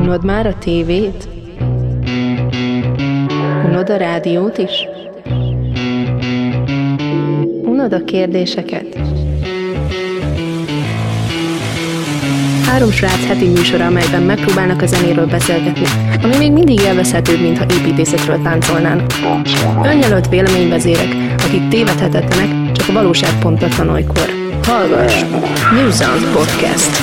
Unod már a tévét? Unod a rádiót is? Unod a kérdéseket? Három srác heti műsora, amelyben megpróbálnak a zenéről beszélgetni, ami még mindig élvezhetőbb, mintha építészetről táncolnának. Önjelölt véleményvezérek, akik tévedhetetlenek, csak a valóság pontatlan olykor. Hallgass! New Sound Podcast.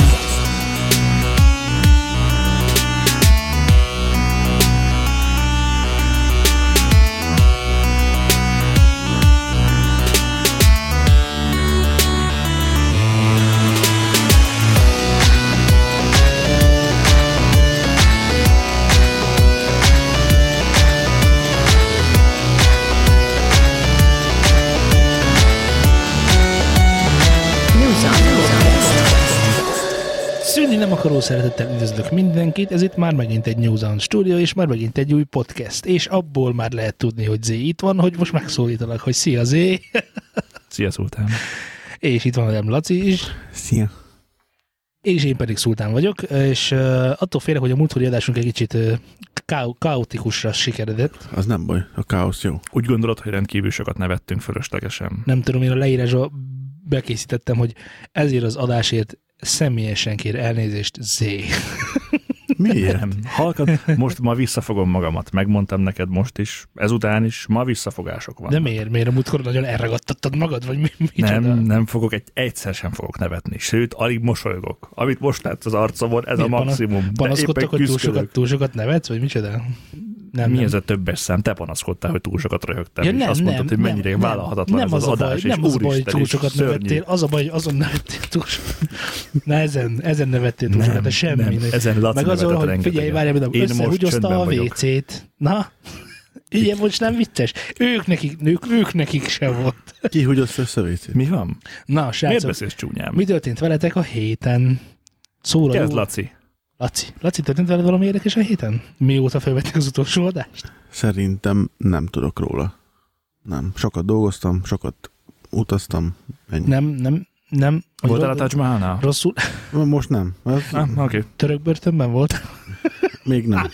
Nem akaró szeretettel üdvözlök mindenkit, ez itt már megint egy New Sound Studio, és már megint egy új podcast, és abból már lehet tudni, hogy Zé itt van, hogy most megszólítalak, hogy szia Zé! Szia Szultán! És itt van velem Laci is. Szia! És én pedig Szultán vagyok, és attól félek, hogy a múltkori adásunk egy kicsit kaotikusra sikeredett. Az nem baj, a káosz jó. Úgy gondolod, hogy rendkívül sokat nevettünk fölöslegesen? Nem tudom, én a leírásba bekészítettem, hogy ezért az adásért személyesen kér elnézést Zé. Miért? Halkan, most ma visszafogom magamat. Megmondtam neked most is, ezután is, ma visszafogások vannak. De miért? Miért a múltkor nagyon elragadtattad magad? Vagy Nem fogok, egyszer sem fogok nevetni. Sőt, alig mosolygok. Amit most látsz az arcomon, ez miért a maximum. Panaszkodtak, hogy túl sokat nevetsz? Vagy micsoda? Nem. Ez a többes szám? Te panaszkodtál, hogy túl sokat röhögtem, és azt mondtad, hogy mennyire vállalhatatlan ez az adás. Nem az a baj, hogy túl sokat nevettél, az a baj, hogy azon nevettél túl sokat. Na ezen nevettél túl sokat, de semmi. Ezen Laci meg azon, hogy figyelj, várjál, összehúgyozta a WC-t. Na, ugye most nem vicces. Ők nekik sem volt. Ki húgyozta össze a WC-t? Mi van? Na, srácok. Miért beszélsz csúnyán? Mi történt veletek a héten? Szóra Kezd, Laci. Laci, történt veled valami érdekes a héten? Mióta felvettük az utolsó adást? Szerintem nem tudok róla. Nem. Sokat dolgoztam, sokat utaztam. Ennyi. Nem. Voltál a Taj Mahalnál? Rosszul? Most nem. Okay. Török börtönben volt? Még nem.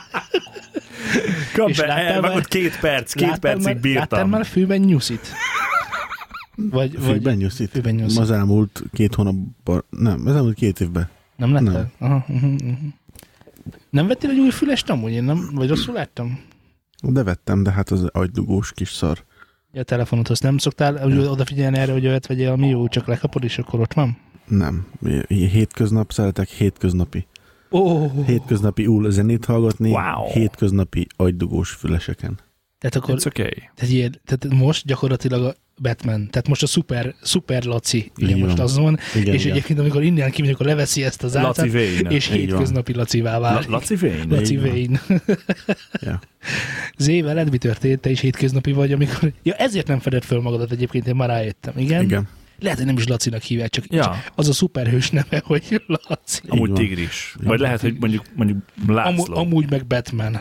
Kap be, elmagad 2 percig bírtam. Láttál már fűben nyuszit? Fűben nyuszit? Az elmúlt 2 hónapban, nem, az elmúlt 2 évben. Nem láttál? Aha. Nem vettél egy új fülest amúgy? Én nem, vagy rosszul láttam? De vettem, de hát az agydugós kis szar. Ja, a telefonodhoz nem szoktál odafigyelni erre, hogy olyat vegyél, ami jó, csak lekapod, és akkor ott van? Nem. Hétköznap szeretek hétköznapi. Hétköznapi zenét hallgatni, hétköznapi agydugós füleseken. Tehát akkor, it's okay. Tehát most gyakorlatilag a Batman, tehát most a szuper Laci, ugye most azon, igen, és igen. Egyébként amikor innen kimegyek, akkor leveszi ezt az álcát, és hétköznapi Lacivá válik. Laci Vane. Ja. Zé, veled mi történt? Te is hétköznapi vagy, amikor... Ja, ezért nem fedett föl magadat egyébként, én már rájöttem, igen? Igen. Lehet, hogy nem is Lacinak hívják, csak az a szuperhős neve, hogy Laci. Amúgy Tigris. Vagy lehet, hogy mondjuk László. Amúgy meg Batman.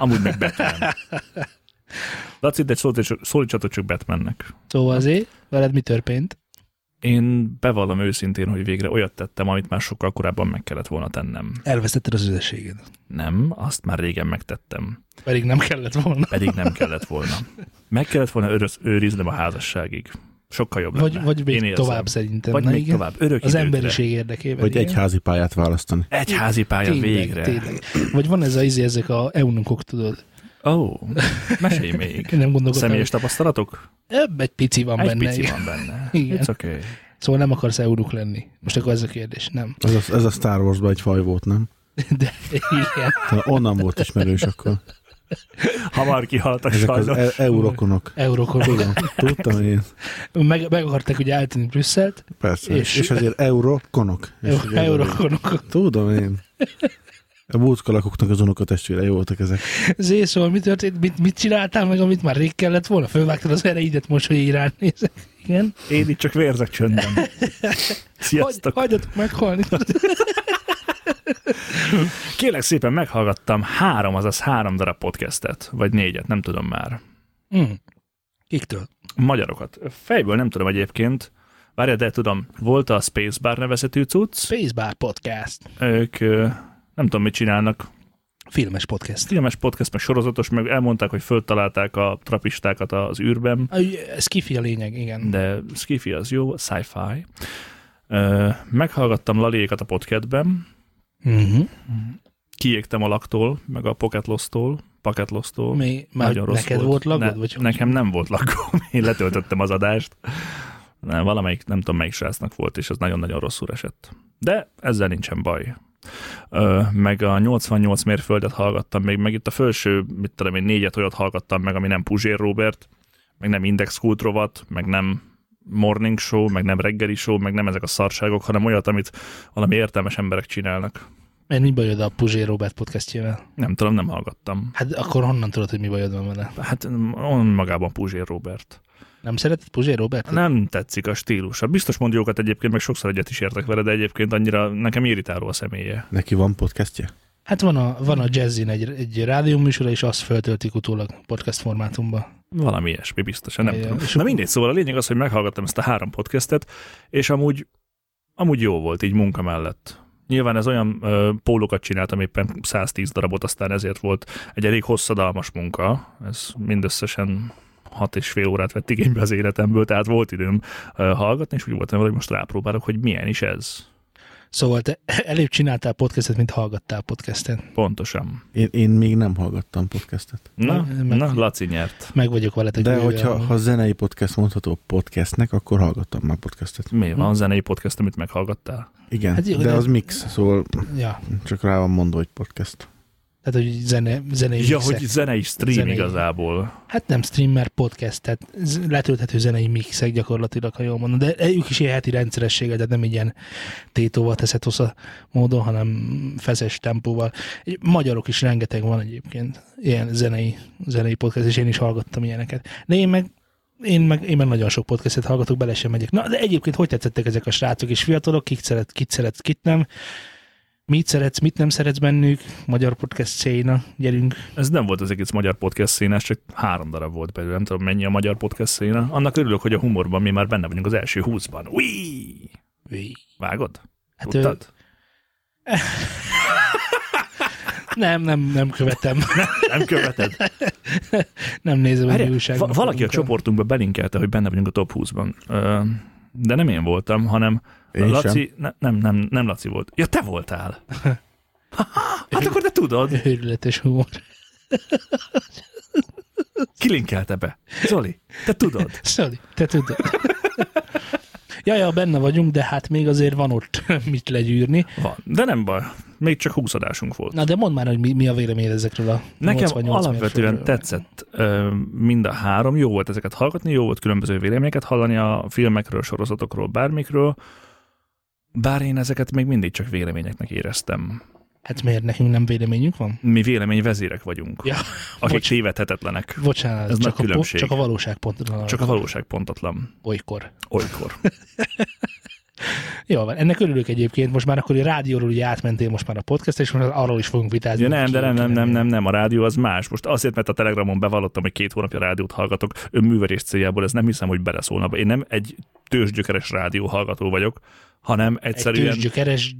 Laci, de szólítsatok csak Batmannek. Szóval azért, veled mi történt? Én bevallom őszintén, hogy végre olyat tettem, amit már sokkal korábban meg kellett volna tennem. Elvesztetted az üdvösséged. Nem, azt már régen megtettem. Pedig nem kellett volna. Meg kellett volna őriznem a házasságig. Sokkal jobb lenne. Vagy még tovább szerintem. Vagy még tovább. Örök az emberiség érdekében. Vagy egy házi pályát választani. Egy házi pálya végre. Tényleg. Vagy van ezek a eunukok, tudod? Mesélj még. Nem gondolkodtam. Személyes tapasztalatok? Egy pici van benne. Igen. It's okay. Szóval nem akarsz eunuk lenni. Most akkor ez a kérdés, nem? Ez a Star Wars-ban egy faj volt, nem? De igen. Onnan volt ismerős akkor. Hamar kihaltak ezek sajnos. Az eurokonok. Igen. Tudtam én. Meg akarták ugye eltenni Brüsszelt. Persze. És azért eurokonok. Eurokonok. Tudom én. A búckalakoknak az unokatestvére jó voltak ezek. Zé, szóval mi történt? Mit csináltál meg, amit már rég kellett volna? Fölvágtad az ereidet most, hogy így rád nézek. Igen? Én itt csak vérzek csöndben. Sziasztok! Hagyjatok meghalni. Kérlek szépen, meghallgattam 3 darab podcastet, vagy 4, nem tudom már. Kiktől? Magyarokat. Fejből nem tudom egyébként. Várjál, de tudom, volt a Spacebar nevezetű cucc. Spacebar podcast. Ők nem tudom, mit csinálnak. Filmes podcast. Filmes podcast, meg sorozatos, meg elmondták, hogy föltalálták a trapistákat az űrben. Skifi a lényeg, igen. De skifi az jó, sci-fi. Meghallgattam Laliékat a podcastben. Kiégtem a laktól, meg a Pocket Lost-tól. Nagyon rossz neked volt lagod? Vagy nekem nem volt lagom. Én letöltöttem az adást. Valamelyik, nem tudom melyik srácnak volt, és az nagyon-nagyon rosszul esett. De ezzel nincsen baj. Meg a 88 mérföldet hallgattam még, meg itt a felső, 4 olyat hallgattam meg, ami nem Puzsér Róbert, meg nem Index Kult rovat, meg nem Morning Show, meg nem reggeli show, meg nem ezek a szarságok, hanem olyat, amit valami értelmes emberek csinálnak. Mert mi bajod a Puzsér Róbert podcastjével? Nem tudom, nem hallgattam. Hát akkor honnan tudod, hogy mi bajod van vele? Hát magában Puzsér Róbert. Nem szereted Puzsér Róbert? Nem tetszik a stílusa. Biztos mond jókat egyébként, meg sokszor egyet is értek vele, de egyébként annyira nekem irritáló a személye. Neki van podcastje? Hát van a Jazzin egy rádióműsora, és azt feltöltik utólag podcast formátumba. Valami ilyesmi biztosan, nem tudom. Na mindegy, szóval a lényeg az, hogy meghallgattam ezt a 3 podcastet, és amúgy jó volt így munka mellett. Nyilván ez olyan pólókat csináltam éppen 110 darabot, aztán ezért volt egy elég hosszadalmas munka. Ez mindösszesen 6,5 órát vett igénybe az életemből, tehát volt időm hallgatni, és úgy voltam, hogy most rápróbálok, hogy milyen is ez. Szóval te előbb csináltál podcastet, mint hallgattál podcastet. Pontosan. Én még nem hallgattam podcastet. Na, Laci nyert. Meg vagyok veletek. De hogyha zenei podcast mondható podcastnek, akkor hallgattam már podcastet. Mi van zenei podcast, amit meghallgattál? Igen, hát jó, de az mix, szóval csak rá van mondva, hogy podcast. Tehát, hogy zenei mixek. Hogy zenei stream igazából. Hát nem stream, mert podcast, tehát letölthető zenei mixek gyakorlatilag, ha jól mondom. De ők is ilyen heti rendszerességgel, de nem ilyen tétóval teszett hossza módon, hanem feszes tempóval. Magyarok is rengeteg van egyébként, ilyen zenei podcast, és én is hallgattam ilyeneket. De én meg nagyon sok podcastet hallgatok, bele sem megyek. Na, de egyébként hogy tetszettek ezek a srácok és fiatalok? Kit szeretsz, kit nem? Mit szeretsz, mit nem szeretsz bennük? Magyar podcast széna, gyerünk. Ez nem volt az egész magyar podcast széna, csak 3 darab volt belőle, nem tudom mennyi a magyar podcast széna. Annak örülök, hogy a humorban mi már benne vagyunk az első 20-ban. Ui! Vágod? Hát tudtad? Nem követem. Nem követed? Nem nézem a újságban. Valaki a csoportunkban belinkelte, hogy benne vagyunk a top 20-ban. De nem én voltam, hanem Laci, nem Laci volt. Ja, te voltál. Hát akkor te tudod. Őrületes humor. Kilinkelte be. Zoli, te tudod. Zoli, te tudod. Ja, benne vagyunk, de hát még azért van ott mit legyűrni. Van, de nem baj. Még csak 20 adásunk volt. Na, de mondd már, hogy mi a vélemény ezekről a Nekem alapvetően tetszett mind a 3. Jó volt ezeket hallgatni, jó volt különböző véleményeket hallani a filmekről, sorozatokról, bármikről. Bár én ezeket még mindig csak véleményeknek éreztem. Hát miért nekünk nem véleményünk van? Mi véleményvezérek vagyunk, akik tévedhetetlenek. Bocsánat, ez csak a valóság pontatlan. Csak a valóság pontatlan. Olykor. Jó van, ennek örülök egyébként. Most már akkor a rádióról ugye átmentél most már a podcast, és most arról is fogunk vitázni. Ja, nem, a rádió az más. Most azért, mert a Telegramon bevallottam, hogy 2 hónapja rádiót hallgatok, önművelés céljából, ez nem hiszem, hogy beleszólna. Én nem egy tőzsgyökeres rádió hallgató vagyok, hanem egyszerűen... Egy tőzsgyökeres...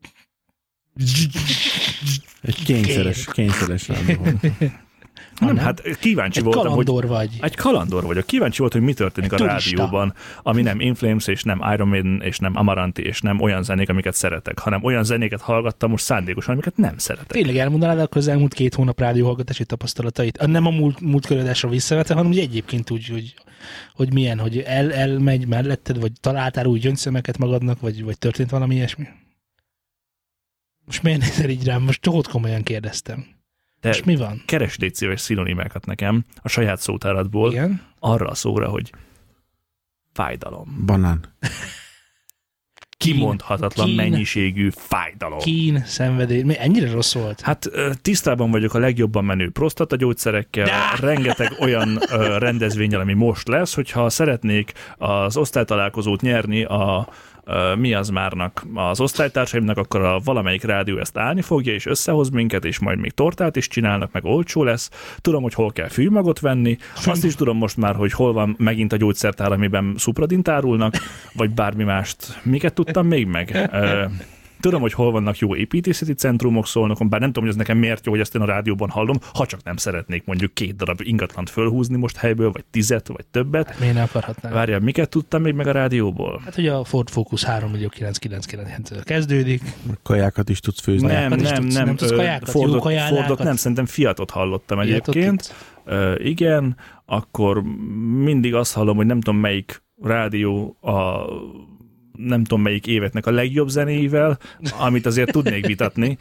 Egy kényszeres rádió. Nem, hát kíváncsi voltam, kalandor vagy. Egy kalandor vagyok. Kíváncsi volt, hogy mi történik a rádióban, ami nem In Flames, és nem Iron Maiden, és nem Amaranti, és nem olyan zenék, amiket szeretek, hanem olyan zenéket hallgattam most szándékosan, amiket nem szeretek. Tényleg elmondanád akkor az elmúlt 2 hónap rádióhallgatási tapasztalatait? Nem a múlt körödásra visszavetve, hanem úgy egyébként úgy, hogy milyen, hogy elmegy melletted, vagy találtál új gyöngyszemeket magadnak, vagy történt valami ilyesmi? Most miért nézel így rám? Most csak komolyan kérdeztem. És mi van? Keresd egy szíves szinonimákat nekem a saját szótáradból. Igen? Arra a szóra, hogy fájdalom. Banán. Kimondhatatlan mennyiségű fájdalom. Kín, szenvedély. Ennyire rossz volt? Hát tisztában vagyok a legjobban menő prostatagyógyszerekkel, rengeteg olyan rendezvényel, ami most lesz, hogyha szeretnék az osztálytalálkozót nyerni mi az márnak az osztálytársaimnak, akkor a valamelyik rádió ezt állni fogja, és összehoz minket, és majd még tortát is csinálnak, meg olcsó lesz. Tudom, hogy hol kell fűmagot venni, azt is tudom most már, hogy hol van megint a gyógyszertár, amiben szupradint árulnak, vagy bármi mást. Miket tudtam még meg? tudom, hogy hol vannak jó építészeti centrumok Szolnokon, bár nem tudom, hogy ez nekem miért jó, hogy ezt én a rádióban hallom, ha csak nem szeretnék mondjuk 2 darab ingatlant fölhúzni most helyből, vagy 10, vagy többet. Hát miért ne akarhatnám? Várjál, miket tudtam még meg a rádióból? Hát ugye a Ford Focus 3.999-től kezdődik. Kajákat is tudsz főzni. Nem tudsz kajákat, jó kajálákat. Fordot nem, szerintem Fiatot hallottam egyébként. Igen, akkor mindig azt hallom, hogy nem tudom melyik rádió nem tudom melyik évetnek a legjobb zenéivel, amit azért tudnék vitatni.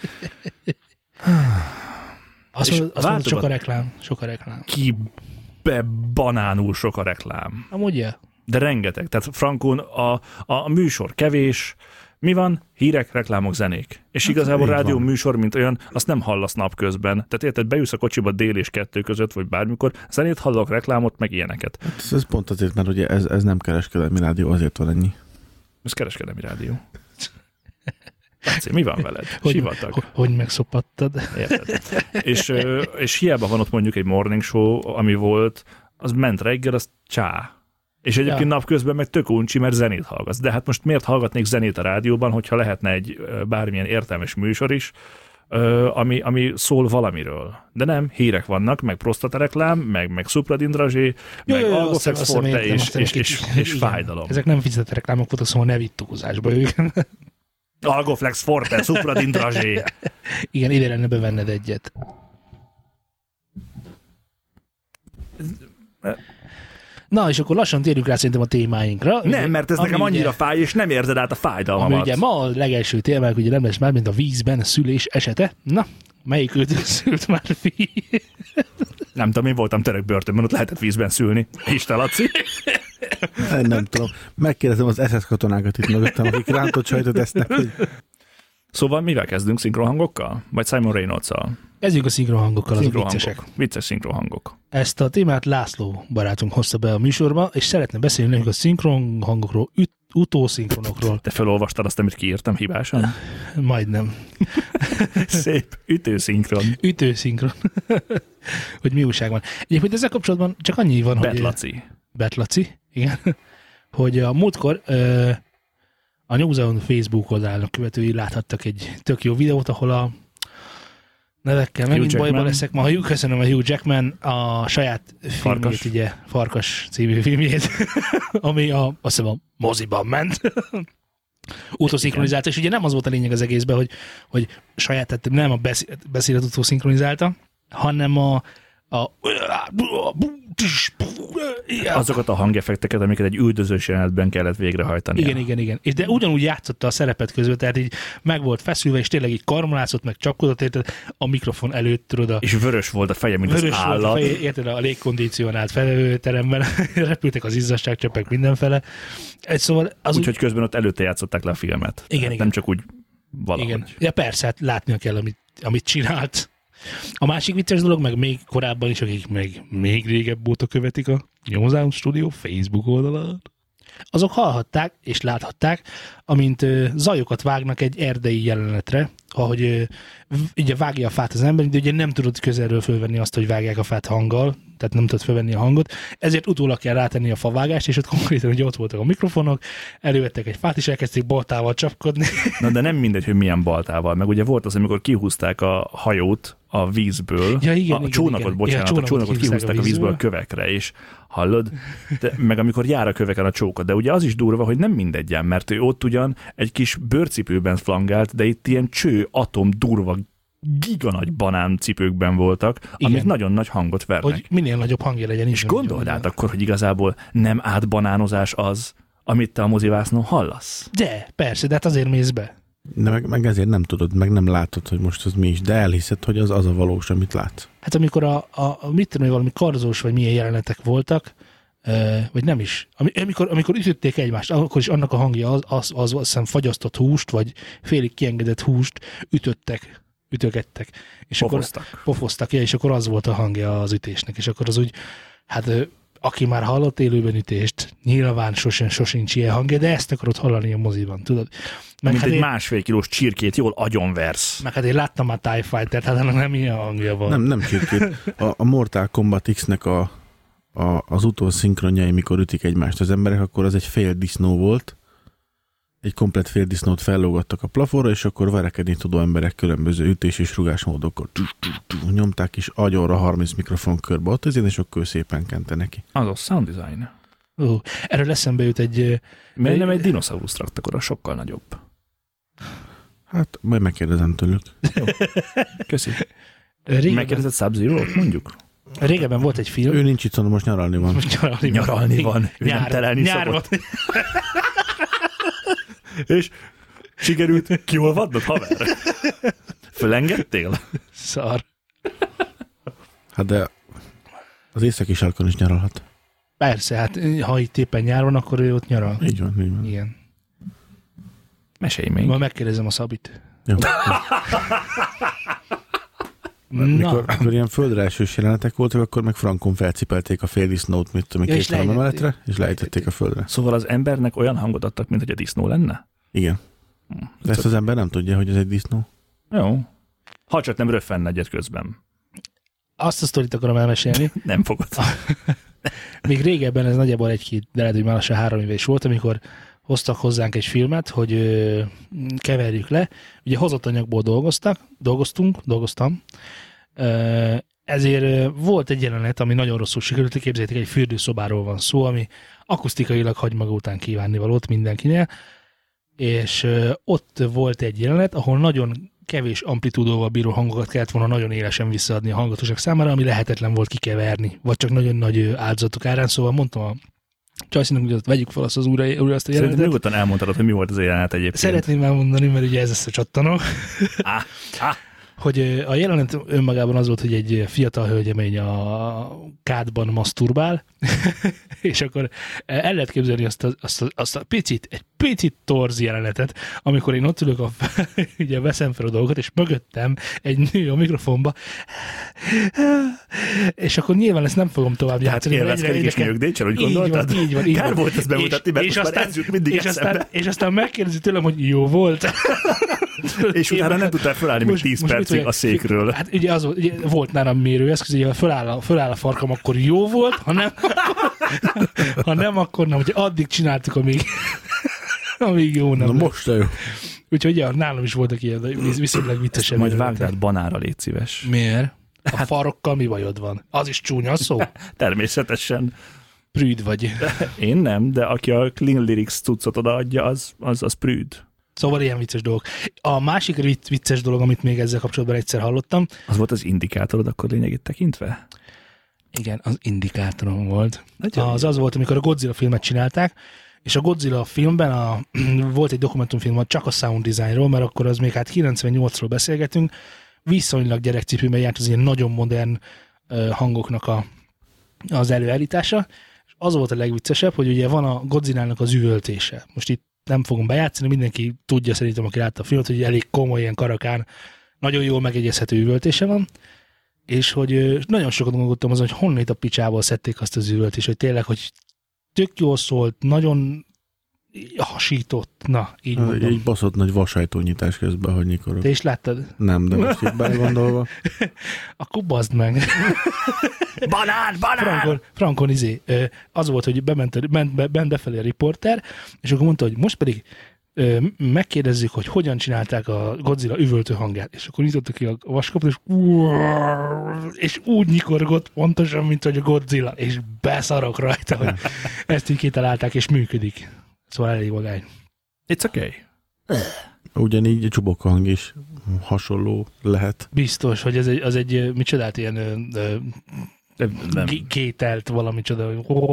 Azt mondod, sok a reklám. Ki banánul sok a reklám. Amúgy ja. De rengeteg. Tehát frankon a műsor kevés. Mi van? Hírek, reklámok, zenék. És hát igazából rádió műsor, mint olyan, azt nem hallasz napközben. Tehát érted, beülsz a kocsiba dél és 2 között, vagy bármikor, zenét hallok, reklámot, meg ilyeneket. Hát ez pont azért, mert ugye ez nem kereskedelmi rádió, azért van ennyi. Ez kereskedelmi rádió. Látszik, mi van veled? Sivatag. Hogy megszopattad? Érted. És hiába van ott mondjuk egy morning show, ami volt, az ment reggel, az csá. És egyébként napközben meg tök uncsi, mert zenét hallgatsz. De hát most miért hallgatnék zenét a rádióban, hogyha lehetne egy bármilyen értelmes műsor is, ami szól valamiről. De nem, hírek vannak, meg prostatareklám, meg Supradindrazsé, meg Algoflex Forte és fájdalom. Ezek nem fizetett reklámok voltak, szóval ne vitt túlzásba ők. Algoflex Forte, Supradindrazsé. Igen, ide lenne bevenned egyet. Na, és akkor lassan térjük rá szerintem a témáinkra. Nem, mert ez nekem annyira fáj, és nem érzed át a fájdalmamat. Ami ugye ma a legelső témák, ugye nem lesz már, mint a vízben a szülés esete. Na, melyik őt szült már fi? Nem tudom, én voltam török börtönben, ott lehetett vízben szülni. Isten, Laci. Nem tudom. Megkérdezem az SS katonákat itt mögöttem, akik rántott sajtot esznek, hogy... Szóval mivel kezdünk? Szinkronhangokkal? Vagy Simon Reynolds-szal? Kezdjük a szinkronhangokkal, azok viccesek. Vicces szinkronhangok. Ezt a témát László barátunk hozta be a műsorba, és szeretne beszélni nekünk a szinkronhangokról, utószinkronokról. Te felolvastad azt, amit kiírtam hibásan? Majdnem. Szép. Ütőszinkron. Ütőszinkron. Hogy mi újság van. Egyébként ezzel kapcsolatban csak annyi van, Betlaci. Betlaci, igen. Hogy a múltkor a New Zealand Facebook oldalnak követői láthattak egy tök jó videót, ahol a nevekkel megint bajba leszek. Köszönöm a Hugh Jackman a saját filmjét, ugye, Farkas című filmjét, ami azt hiszem a moziban ment. Utószinkronizálta, és ugye nem az volt a lényeg az egészben, hogy saját, tehát nem a beszélet utószinkronizálta, hanem azokat a hangeffekteket, amiket egy üldözős jelenetben kellett végrehajtani. Igen. És de ugyanúgy játszotta a szerepet között, tehát így meg volt feszülve, és tényleg így karmolászott, meg csapkodott, érted, a mikrofon előtt, tudod. És vörös volt a feje, mint az állat. Volt a feje, érted, a légkondicionált felvevőteremben, repültek az izzadságcsöpek mindenfele. Szóval úgyhogy közben ott előtte játszották le a filmet. Igen. Nem csak úgy valahogy. Igen. Ja persze, hát látnia kell, amit csinált. A másik vicces dolog, meg még korábban is, akik még régebb óta követik a New Zealand Studio Facebook oldalát, azok hallhatták és láthatták, amint zajokat vágnak egy erdei jelenetre, ahogy ugye vágja a fát az ember, de ugye nem tudod közelről fölvenni azt, hogy vágják a fát hanggal, tehát nem tudod fölvenni a hangot, ezért utólag kell rátenni a favágást, és ott konkrétan ugye ott voltak a mikrofonok, elővettek egy fát, és elkezdték baltával csapkodni. Na de nem mindegy, hogy milyen baltával, meg ugye volt az, amikor kihúzták a hajót a vízből, a csónakot kihúzták a vízből a kövekre, és hallod? Meg amikor jár a köveken a csóka, de ugye az is durva, hogy nem mindegyen, mert ő ott ugyan egy kis bőrcipőben flangált, de itt ilyen atom durva giganagy banáncipőkben voltak, amik nagyon nagy hangot vernek. Hogy minél nagyobb hangja legyen. És gondold át akkor, hogy igazából nem átbanánozás az, amit te a mozivásznon hallasz? De, persze, de hát azért mész be. De meg ezért nem tudod, meg nem látod, hogy most az mi is, de elhiszed, hogy az a valós, amit látsz. Hát amikor mit tudom, valami karzós, vagy milyen jelenetek voltak, vagy nem is. Amikor ütötték egymást, akkor is annak a hangja az hiszem fagyasztott húst, vagy félig kiengedett húst ütögettek. És pofoztak, és akkor az volt a hangja az ütésnek, és akkor az úgy, hát aki már hallott élőben ütést, nyilván sosincs ilyen hangja, de ezt akarod hallani a moziban, tudod? Mint hát egy 1,5 kilós csirkét jól agyonversz. Meg hát én láttam már TIE Fighter-t, hát ennek nem ilyen hangja van. Nem csirkét. A Mortal Kombat X-nek az utószinkronjai, mikor ütik egymást az emberek, akkor az egy fél disznó volt, egy komplett féldisznót fellógattak a plafonra, és akkor verekedni tudó emberek különböző ütés és rugásmódokkal nyomták, és agyonra 30 mikrofon körbe ott ezért, és akkor szépen kente neki. Az a sound design. Erről eszembe jut egy... Miért nem egy dinoszauruszt raktak oda, sokkal nagyobb? Hát, majd megkérdezem tőlük. Jó. Köszi. Megkérdezett Sub-Zero-t, mondjuk? Régebben volt egy film. Ő nincs itt, most nyaralni van. Nyaralni van. Ő nem terelni nyár szokott. És sikerült kiolvadnod, haver? Fölengedtél? Szar. Hát de az északi sarkon is nyaralhat. Persze, hát ha itt éppen nyáron, akkor ő ott nyaral. Így van, így van. Igen. Mesélj még. Ma megkérdezem a Szabit. Jó. Na. Mikor ilyen földre esős jelenetek voltak, akkor meg frankon felcipelték a féldisznót, mit tudom, Ja, két emeletre, és lejtették a földre. Szóval az embernek olyan hangot adtak, mint hogy a disznó lenne? Igen. De ezt az ember nem tudja, hogy ez egy disznó. Jó. Ha csak nem röffenne egyet közben. Azt a sztorit akarom elmesélni. Nem fogod. Még régebben, ez nagyjából egy-két, de lehet, hogy már lassan 3 éve is volt, amikor hoztak hozzánk egy filmet, hogy keverjük le. Ugye hozott anyagból dolgoztam. Ezért volt egy jelenet, ami nagyon rosszul sikerült, képzeljétek, egy fürdőszobáról van szó, ami akusztikailag hagy maga után kívánnivalót mindenkinél, és ott volt egy jelenet, ahol nagyon kevés amplitúdóval bíró hangokat kellett volna nagyon élesen visszaadni a hallgatóság számára, ami lehetetlen volt kikeverni, vagy csak nagyon nagy áldozatok árán, szóval mondtam a Csajszínak, hogy vegyük fel azt az újra azt a jelenetet. Szerintem nyugodtan elmondhatod, hogy mi volt az a jelenet egyébként. Szeretném elmondani, mert ugye ez lesz a csattanó. Hogy a jelenet önmagában az volt, hogy egy fiatal hölgyemény a kádban maszturbál, és akkor el lehet képzelni azt a picit torz jelenetet, amikor én ott ülök, ugye veszem fel a dolgokat, és mögöttem egy nő a mikrofonba, és akkor nyilván ezt nem fogom tovább játszani. Hát élvezkedik és nyögdécsel, úgy gondoltad? Így van. Kár volt ezt bemutatni, mert most már ez jut mindig eszembe. És aztán megkérdezi tőlem, hogy jó volt. És utána nem tudtál felállni még 10 percig a székről. Hát ugye az volt, ugye volt nálam mérőeszköz, ugye föláll a farkam, akkor jó volt, ha nem, akkor nem. Ugye addig csináltuk, amíg jó nem. Na most jó. Úgyhogy ja, nálam is voltak ilyen viszonylag viccesebb. Majd vágd át banára, légy szíves. Miért? A farokkal mi bajod van? Az is csúnya szó? Természetesen. Prűd vagy. Én nem, de aki a Clean Lyrics cuccot odaadja, az prűd. Szóval ilyen vicces dolgok. A másik vicces dolog, amit még ezzel kapcsolatban egyszer hallottam. Az volt az indikátorod akkor lényegét tekintve? Igen, az indikátorom volt. Az volt, amikor a Godzilla filmet csinálták, és a Godzilla filmben volt egy dokumentumfilm csak a sound designról, mert akkor az még 98-ról beszélgetünk, viszonylag gyerekcipőben járt az ilyen nagyon modern hangoknak az előállítása, és az volt a legviccesebb, hogy ugye van a Godzillának az üvöltése. Most itt nem fogom bejátszani, mindenki tudja szerintem, aki látta a filmet, hogy elég komoly, ilyen karakán, nagyon jól megegyezhető üvöltése van, és hogy nagyon sokat gondolkodtam azon, hogy honnét a picsából szedték azt az üvöltést, hogy tényleg, hogy tök jól szólt, nagyon hasított, na, így mondom. Egy baszott nagy vasajtónyitás közben, hogy nyikorog. Te is láttad? Nem, de most itt belegondolva. Akkor bazd meg. Banán! Frankon az volt, hogy bement befelé a riporter, és akkor mondta, hogy most pedig megkérdezzük, hogy hogyan csinálták a Godzilla üvöltő hangját. És akkor nyitottak ki a vaskapot, és úgy nyikorgott pontosan, mint hogy a Godzilla, és beszarok rajta, hogy ezt így kitalálták, és működik. Szóval elég vagány. It's okay. Ugyanígy Chewbacca hang is hasonló lehet. Biztos, hogy az egy micsodát ilyen kételt valami csoda,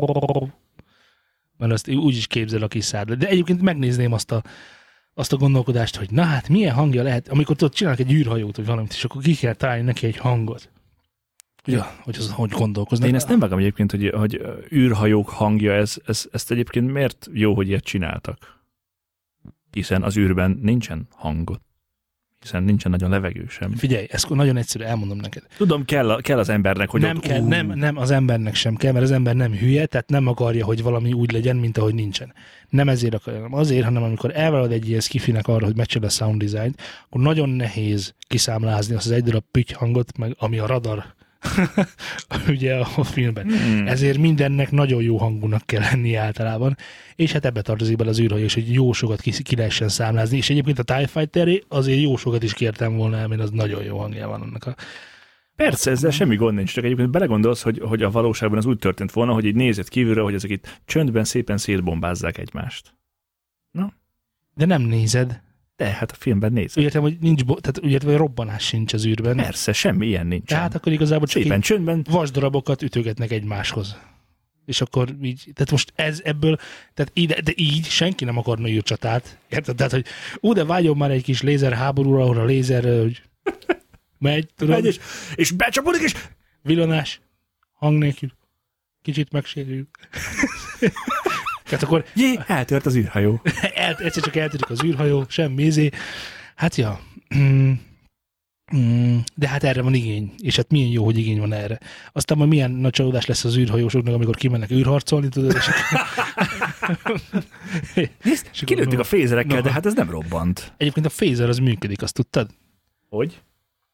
mert azt úgy is képzel a kis szárd. De egyébként megnézném azt a gondolkodást, hogy na hát milyen hangja lehet, amikor tudod, csinálnak egy űrhajót, vagy valamit, és akkor ki kell találni neki egy hangot. Ja, hogy az hogy gondolkoznak. Én ezt nem vágom egyébként, hogy űrhajók hangja, ezt egyébként miért jó, hogy ilyet csináltak? Hiszen az űrben nincsen hangot. Hiszen nincsen nagyon levegő sem. Figyelj, ezt nagyon egyszerű, elmondom neked. Tudom, kell az embernek, hogy nem, az embernek sem kell, mert az ember nem hülye, tehát nem akarja, hogy valami úgy legyen, mint ahogy nincsen. Nem ezért akarja, hanem azért, hanem amikor elvállalod egy ilyen skifinek arra, hogy megcsinál a sound design, akkor nagyon nehéz kiszámlázni azt az egy darab püty hangot, meg ami a radar ugye a filmben. Ezért mindennek nagyon jó hangúnak kell lenni általában, és hát ebbe tartozik bele az űrhajó, és hogy jó sokat ki lehessen számlázni, és egyébként a TIE Fighter azért jó sokat is kértem volna, mert az nagyon jó hangja van annak a... Persze, ezzel semmi gond nincs, csak egyébként belegondolsz, hogy a valóságban az úgy történt volna, hogy így nézett kívülre, hogy ezek itt csöndben szépen szétbombázzák egymást. Na? De nem nézed. De hát a filmben nézed. Úgy értem, hogy nincs, tehát úgy értem, hogy robbanás sincs az űrben. Persze, semmi ilyen nincs. Tehát akkor igazából csak szépen csöndben vasdarabokat ütögetnek egymáshoz. És akkor így, tehát most ez ebből, tehát de így senki nem akarna űrcsatát. Érted? Tehát, hogy de vágyom már egy kis lézerháborúra, ahol a lézer hogy megy, tudod? megy, és becsapódik, és villanás, hang nélkül, kicsit megsérül. Tehát akkor eltört az űrhajó. egyszer csak eltörik az űrhajó, semmi izé. Hát ja. De hát erre van igény, és hát milyen jó, hogy igény van erre. Aztán majd milyen nagy csalódás lesz az űrhajósoknak, amikor kimennek űrharcolni, tudod, és kilőttük a fézerekkel, de hát ez nem robbant. Egyébként a fézer az működik, azt tudtad? Hogy?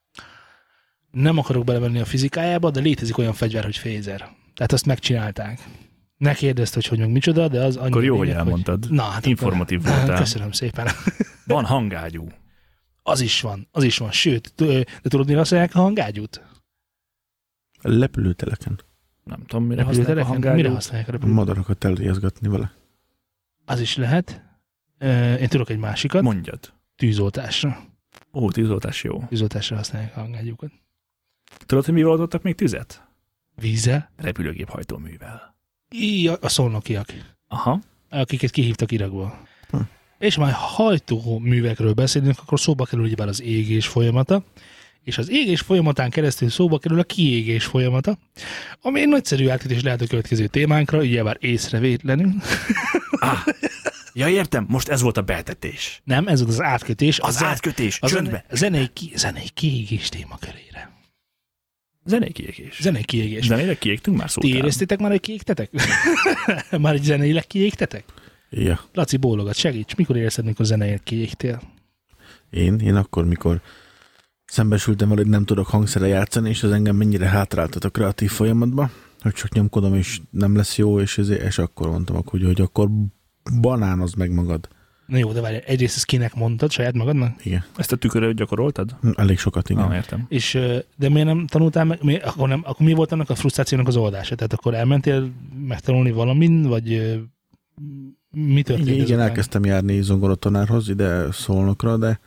Nem akarok belemenni a fizikájába, de létezik olyan fegyver, hogy fézer. Tehát azt megcsinálták. Ne kérdezd, hogy meg micsoda, de az annyi... Akkor jó, hogy elmondtad. Na, hát informatív voltál. Köszönöm szépen. Van hangágyú. Az is van. Sőt, de tudod, mire használják a hangágyút? Lepülőteleken. Nem tudom, mire használják a hangágyút. Mire használják a lepülőteleken? Madarakat elriaszgatni vele. Az is lehet. Én tudok egy másikat. Mondjad. Tűzoltásra. Ó, tűzoltás jó. Tűzoltásra használják a hangágyúkat. Tudod, hogy mivel oldottak még tüzet? Vízzel? Repülőgép hajtóművel. A szolnokiak. Aha. Akiket kihívtak Irakból. És már hajtóművekről beszélünk, akkor szóba kerül ugyebár az égés folyamata, és az égés folyamatán keresztül szóba kerül a kiégés folyamata, ami egy nagyszerű átkötés lehet a következő témánkra, ugyebár észrevétlenül. Ja, értem, most ez volt a betetés. Nem, ez volt az átkötés. Az átkötés, csöndbe. Zenei kiégés témakörére. Zenei kiégés. Zenei kiégés. Zeneileg kiégtünk már szótán. Ti éreztétek már, hogy kiégtetek? Már egy zeneileg kiégtetek? Ja. Laci bólogat, segíts, mikor érezted, mikor zeneileg kiégtél? Én akkor, mikor szembesültem vele, hogy nem tudok hangszerre játszani, és az engem mennyire hátráltat a kreatív folyamatba, hogy csak nyomkodom, és nem lesz jó, és akkor mondtam, hogy akkor banánozd meg magad. Na jó, de várj, egyrészt ezt kinek mondtad, saját magadnak? Igen. Ezt a tüköröt gyakoroltad? Elég sokat, igen. Értem. És, de miért nem tanultál meg? Akkor mi volt annak a frusztrációnak az oldása? Tehát akkor elmentél megtanulni valamin, vagy mi történt? Igen, elkezdtem járni zongoratanárhoz ide Szolnokra, de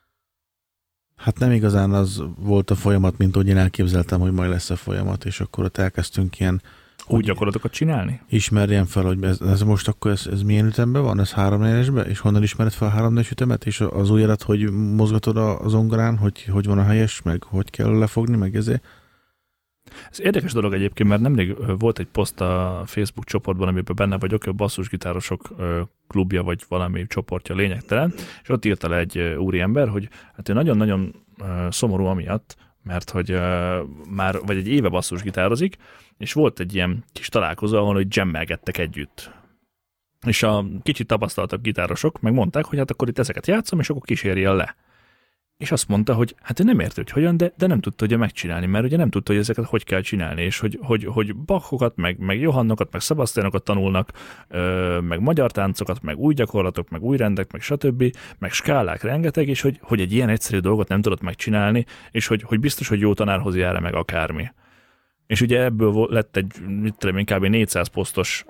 hát nem igazán az volt a folyamat, mint ahogy én elképzeltem, hogy majd lesz a folyamat, és akkor ott elkezdtünk ilyen úgy gyakorlatokat csinálni? Ismerjem fel, hogy ez most akkor ez milyen ütemben van? Ez 3/4-esben? És honnan ismered fel a 3/4 ütemet? És az ujjadat, hogy mozgatod a zongorán, hogy van a helyes, meg hogy kell lefogni, meg ezért? Ez érdekes dolog egyébként, mert nemrég volt egy poszt a Facebook csoportban, amiben benne vagyok, a basszusgitárosok klubja, vagy valami csoportja, lényegtelen, és ott írta le egy úriember, hogy hát ő nagyon-nagyon szomorú amiatt, mert hogy már vagy egy éve basszusgitározik, és volt egy ilyen kis találkozó, ahol hogy jammelgettek együtt. És a kicsit tapasztaltabb gitárosok meg mondták, hogy hát akkor itt ezeket játszom, és akkor kísérje le. És azt mondta, hogy hát ő nem érte, hogy hogyan, de nem tudta ugye megcsinálni, mert ugye nem tudta, hogy ezeket hogy kell csinálni, és hogy Bachokat, meg Johannokat, meg Sebastianokat tanulnak, meg magyar táncokat, meg új gyakorlatok, meg új rendek, meg stb., meg skálák rengeteg, és hogy egy ilyen egyszerű dolgot nem tudott megcsinálni, és hogy biztos, hogy jó tanárhoz jár meg akármi. És ugye ebből lett egy, kb. 400 posztos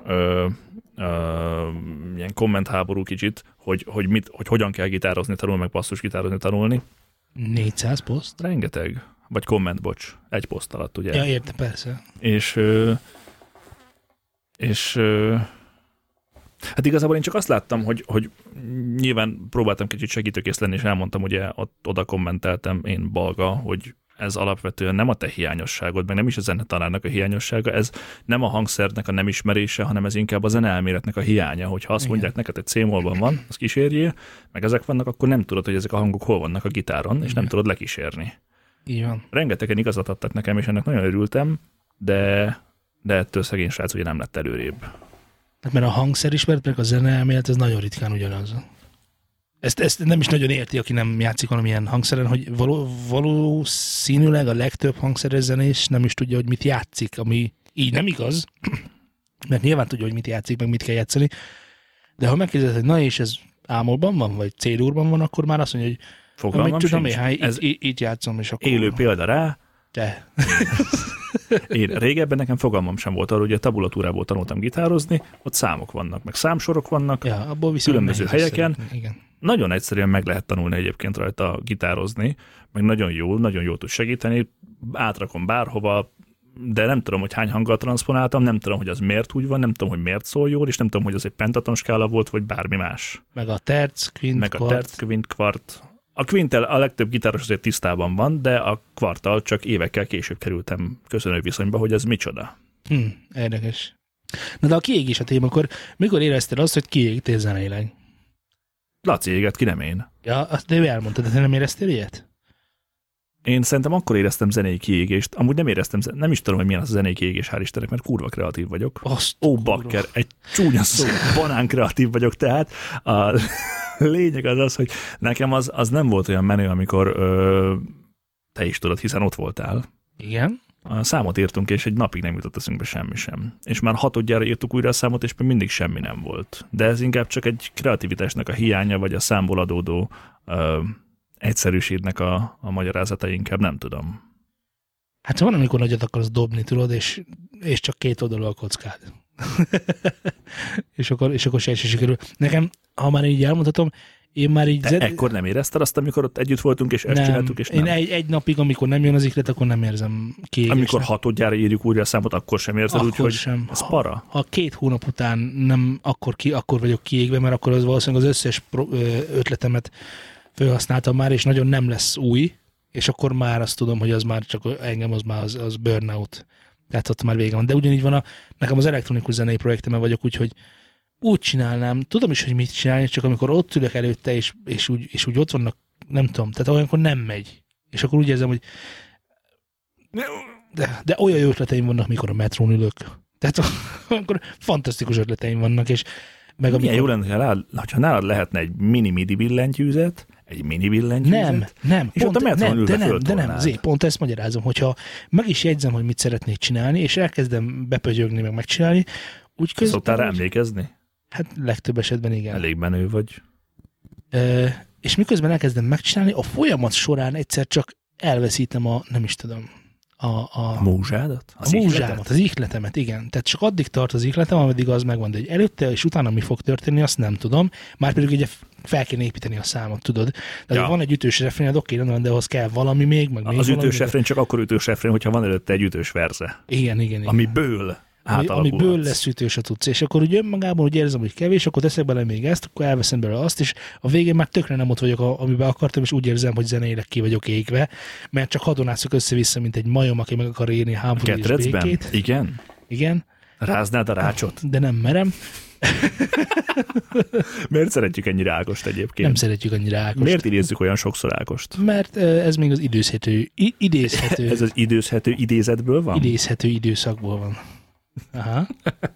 ilyen kommentháború kicsit, hogy hogyan kell gitározni, tanulni, meg basszusgitározni, tanulni. 400 poszt? Rengeteg. Vagy komment, bocs. Egy poszt alatt, ugye? Ja, érte, persze. És hát igazából én csak azt láttam, hogy nyilván próbáltam kicsit segítőkész lenni, és elmondtam, ugye oda kommenteltem én balga, hogy ez alapvetően nem a te hiányosságod, meg nem is a zenetanárnak a hiányossága, ez nem a hangszernek a nem ismerése, hanem ez inkább a zeneelméletnek a hiánya, hogyha azt mondják neked, hogy C-mollban van, azt kísérjél, meg ezek vannak, akkor nem tudod, hogy ezek a hangok hol vannak a gitáron, és nem tudod lekísérni. Így van. Rengetegen igazat adtak nekem, és ennek nagyon örültem, de ettől szegény srác ugye nem lett előrébb. Hát mert a hangszer ismert, meg a zeneelmélet, ez nagyon ritkán ugyanaz. Ezt nem is nagyon érti, aki nem játszik valamilyen hangszeren, hogy valószínűleg a legtöbb hangszeres zenés nem is tudja, hogy mit játszik, ami így nem igaz, mert nyilván tudja, hogy mit játszik, meg mit kell játszani, de ha megkérdezed, hogy na és ez ámolban van, vagy C-durban van, akkor már azt mondja, hogy fogalmam tudom, sincs. így játszom, és akkor... Élő példa rá. De. Én régebben nekem fogalmam sem volt arról, hogy a tabulatúrából tanultam gitározni, ott számok vannak, meg számsorok vannak, Ja, abból különböző helyeken. Igen. Nagyon egyszerűen meg lehet tanulni egyébként rajta gitározni, meg nagyon jól tud segíteni, átrakom bárhova, de nem tudom, hogy hány hanggal transponáltam, nem tudom, hogy az miért úgy van, nem tudom, hogy miért szól jól, és nem tudom, hogy az egy pentaton skála volt, vagy bármi más. Meg a terc, kvint, meg kvart. a terc, kvint, kvart. A kvinttel a legtöbb gitáros azért tisztában van, de a kvarttal csak évekkel később kerültem köszönő viszonyba, hogy ez micsoda. Érdekes. Na de a kiégés a téma, akkor mikor érezted azt, hogy kiégtél zeneileg? Laci éget, ki nem én. Ja, de ő elmondta, de te nem éreztél ilyet? Én szerintem akkor éreztem zenei kiégést. Amúgy nem éreztem, nem is tudom, hogy milyen az a zenei kiégés, hál' Istennek, mert kurva kreatív vagyok. Bakker, egy csúnya szó, banán kreatív vagyok, tehát a lényeg az, hogy nekem az nem volt olyan menő, amikor te is tudod, hiszen ott voltál. Igen. A számot írtunk, és egy napig nem jutott eszünkbe semmi sem. És már 6. írtuk újra a számot, és még mindig semmi nem volt. De ez inkább csak egy kreativitásnak a hiánya, vagy a számból adódó egyszerűségnek a magyarázata, inkább nem tudom. Hát van, amikor nagyot akarsz dobni, tudod, és csak 2 oldalú a kockád. és akkor se sikerül. Nekem, ha már így elmondhatom, én már így... De ekkor nem érezted azt, amikor ott együtt voltunk, és ezt csináltuk, és nem? Én egy napig, amikor nem jön az ihlet, akkor nem érzem kiégésnek. Amikor 6. írjuk újra a számot, akkor sem érzed úgy, hogy sem. ez para? Ha 2 hónap után nem, akkor vagyok kiégve, mert akkor az valószínűleg az összes ötletemet felhasználtam már, és nagyon nem lesz új, és akkor már azt tudom, hogy az már csak engem, az burnout. Tehát ott már vége van. De ugyanígy van nekem az elektronikus zenei projektemen vagyok, úgyhogy úgy csinálnám, tudom is, hogy mit csinálni, csak amikor ott ülök előtte, és úgy ott vannak, nem tudom, tehát olyankor nem megy. És akkor úgy érzem, hogy de olyan jó ötleteim vannak, mikor a metrón ülök. Tehát akkor fantasztikus ötleteim vannak, és meg amikor... Milyen jó lenne, ha nálad lehetne egy mini-midi billentyűzet, Nem, és ott a metron ülve de nem, pont ezt magyarázom, hogyha meg is jegyzem, hogy mit szeretnék csinálni, és elkezdem bepötyögni, meg megcsinálni, úgy közben... Szoktál rá emlékezni? Hát legtöbb esetben igen. Elég menő vagy. És miközben elkezdem megcsinálni, a folyamat során egyszer csak elveszítem nem is tudom, a múzsádat? A múzsámat, az ihletemet, igen. Tehát csak addig tart az ihletem, ameddig az megvan, de előtte és utána mi fog történni, azt nem tudom. Márpedig ugye fel kell építeni a számot, tudod. Tehát van egy ütős refréned, oké, de ahhoz kell valami még, meg még az valami. Ütős refrén csak akkor ütős refrén, hogyha van előtte egy ütős verze. Igen. Amiből átalakulhatsz. Amiből lesz ütős a tudsz. És akkor ugye önmagában úgy érzem, hogy kevés, akkor teszek bele még ezt, akkor elveszem belőle azt, és a végén már tökre nem ott vagyok, amiben akartam, és úgy érzem, hogy zeneileg ki vagyok égve, mert csak hadonászok össze-vissza, mint egy majom, aki meg akar írni háború és békét. Igen. Ráznád a rácsot? De nem merem. Miért szeretjük ennyire Ágost egyébként? Nem szeretjük annyira Ágost. Miért idézzük olyan sokszor Ágost? Mert ez még az idézhető. Ez az időzhető idézetből van? Idézhető időszakból van. Aha.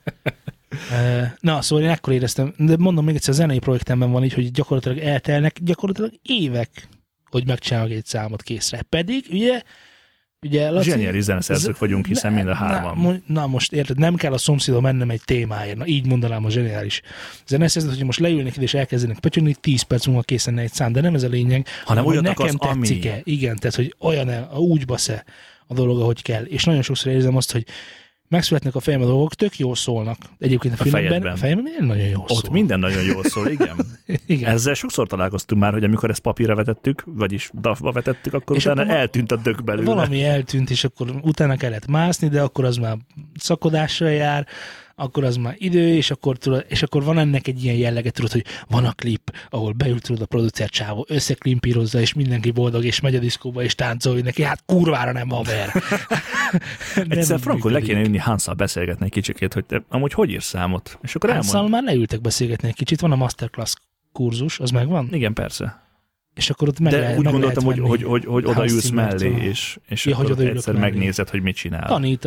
Na, szóval én ekkor éreztem, de mondom még egyszer, a zenei projektemben van így, hogy gyakorlatilag eltelnek évek, hogy megcsinálok egy számot készre. Pedig, ugye Laci... Zseniális zeneszerzők vagyunk, hiszen mind a hárman. Na most érted, nem kell a szomszédom mennem egy témáért. Na, így mondanám a zseniális zeneszerzőt, hogy most leülnek ide és elkezdenek pötyögni, 10 perc múlva készen egy szám, de nem ez a lényeg, hanem hogy nekem tetszik-e. Igen, tehát, hogy úgy basz-e a dolog, ahogy kell. És nagyon sokszor érzem azt, hogy megszületnek a fejemben a dolgok, tök jól szólnak. Egyébként a filmben, a fejemben minden nagyon jól szól. Ott minden nagyon jól szól, igen. Igen. Ezzel sokszor találkoztunk már, hogy amikor ezt papírra vetettük, vagyis DAF-ba vetettük, akkor és utána akkor eltűnt a dög belőle. Valami eltűnt, és akkor utána kellett mászni, de akkor az már szakodással jár, akkor az már idő, és akkor van ennek egy ilyen jellege, tudod, hogy van a klip, ahol beül tudod a producer csávó, összeklimpírozza, és mindenki boldog, és megy a diszkóba, és táncolj neki, hát kurvára nem haver. Egyszer Frankon le kéne ülni Hansszal beszélgetni egy kicsikét, hogy te amúgy hogy írsz számot? És akkor Hansszal már leültek beszélgetni egy kicsit, van a masterclass kurzus, az megvan? Igen, úgy gondoltam, hogy oda ülsz mellé, és akkor egyszer megnézed, hogy mit csinál. Tanít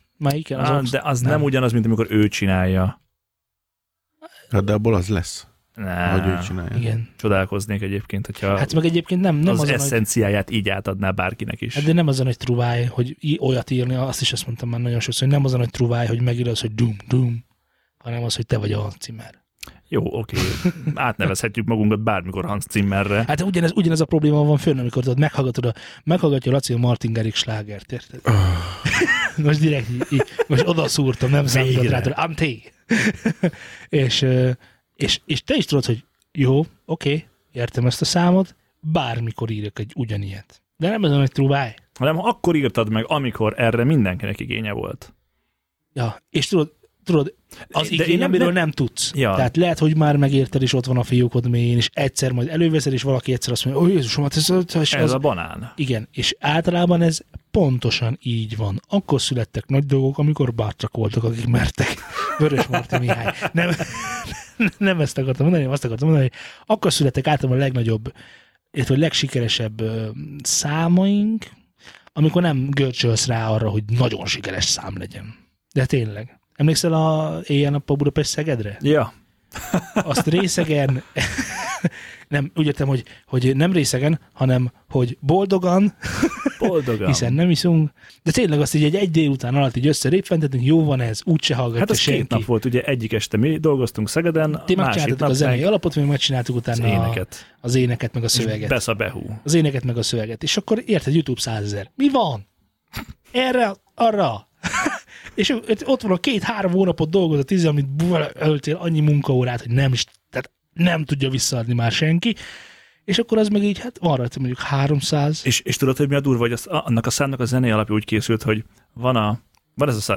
de az nem ugyanaz, mint amikor ő csinálja. De abból az lesz. Hogy ő csinálja. Igen. Csodálkoznék egyébként, hogyha Hát meg egyébként nem az azon, eszenciáját így átadná bárkinek is. Hát de nem azon, hogy truváj, hogy olyat írni, azt is ezt mondtam már nagyon sokszor, hogy nem azon, hogy truváj, hogy megírod az, hogy doom, hanem az, hogy te vagy a Hans Zimmer. Jó, oké. Átnevezhetjük magunkat bármikor Hans Zimmerre. Hát ugyanez a probléma van fönn, amikor tudod, meghallgatja Laci a Martin Garrix slágert, érted? Most direkt így, most odaszúrtam, nem számított rá, hogy Anté! és te is tudod, hogy jó, oké, értem ezt a számot, bármikor írok egy ugyanilyet. De nem azon, hogy truváj. Hanem akkor írtad meg, amikor erre mindenkinek igénye volt. Ja, és tudod, az igény, amiről nem tudsz. Ja. Tehát lehet, hogy már megérted, és ott van a fiókod mélyén, és egyszer majd előveszed, és valaki egyszer azt mondja, Jézusom, hát ez a banán. Igen, és általában ez pontosan így van. Akkor születtek nagy dolgok, amikor bátrak voltak, akik mertek. Vörös Marti Mihály. Nem ezt akartam mondani, azt akartam mondani, hogy akkor születtek általában a legnagyobb, illetve a legsikeresebb számaink, amikor nem görcsölsz rá arra, hogy nagyon sikeres szám legyen. De tényleg. Emlékszel a Éjjel-nappal Budapest-Szegedre? Ja. Azt részegen, nem, úgy értem, hogy nem részegen, hanem, hogy boldogan, hiszen nem iszunk, de tényleg azt így egy délután alatt így összerépfentetünk, jó van ez, úgyse hallgatja hát az senki. 2 nap volt, ugye egyik este mi dolgoztunk Szegeden, Ti másik nap a zenei alapot, mi megcsináltuk utána az éneket, meg a szöveget. Besz a behú. Az éneket, meg a szöveget. És akkor érted, YouTube 100 000. Mi van? Erre, arra. És ott van a 2-3 hónapot dolgozott, amit öltél annyi munkaórát, hogy nem tudja visszaadni már senki. És akkor az meg így, hát van rajta mondjuk 300. És tudod, hogy mi a durva, hogy annak a számnak a zenei alapja úgy készült, hogy van ez a szám,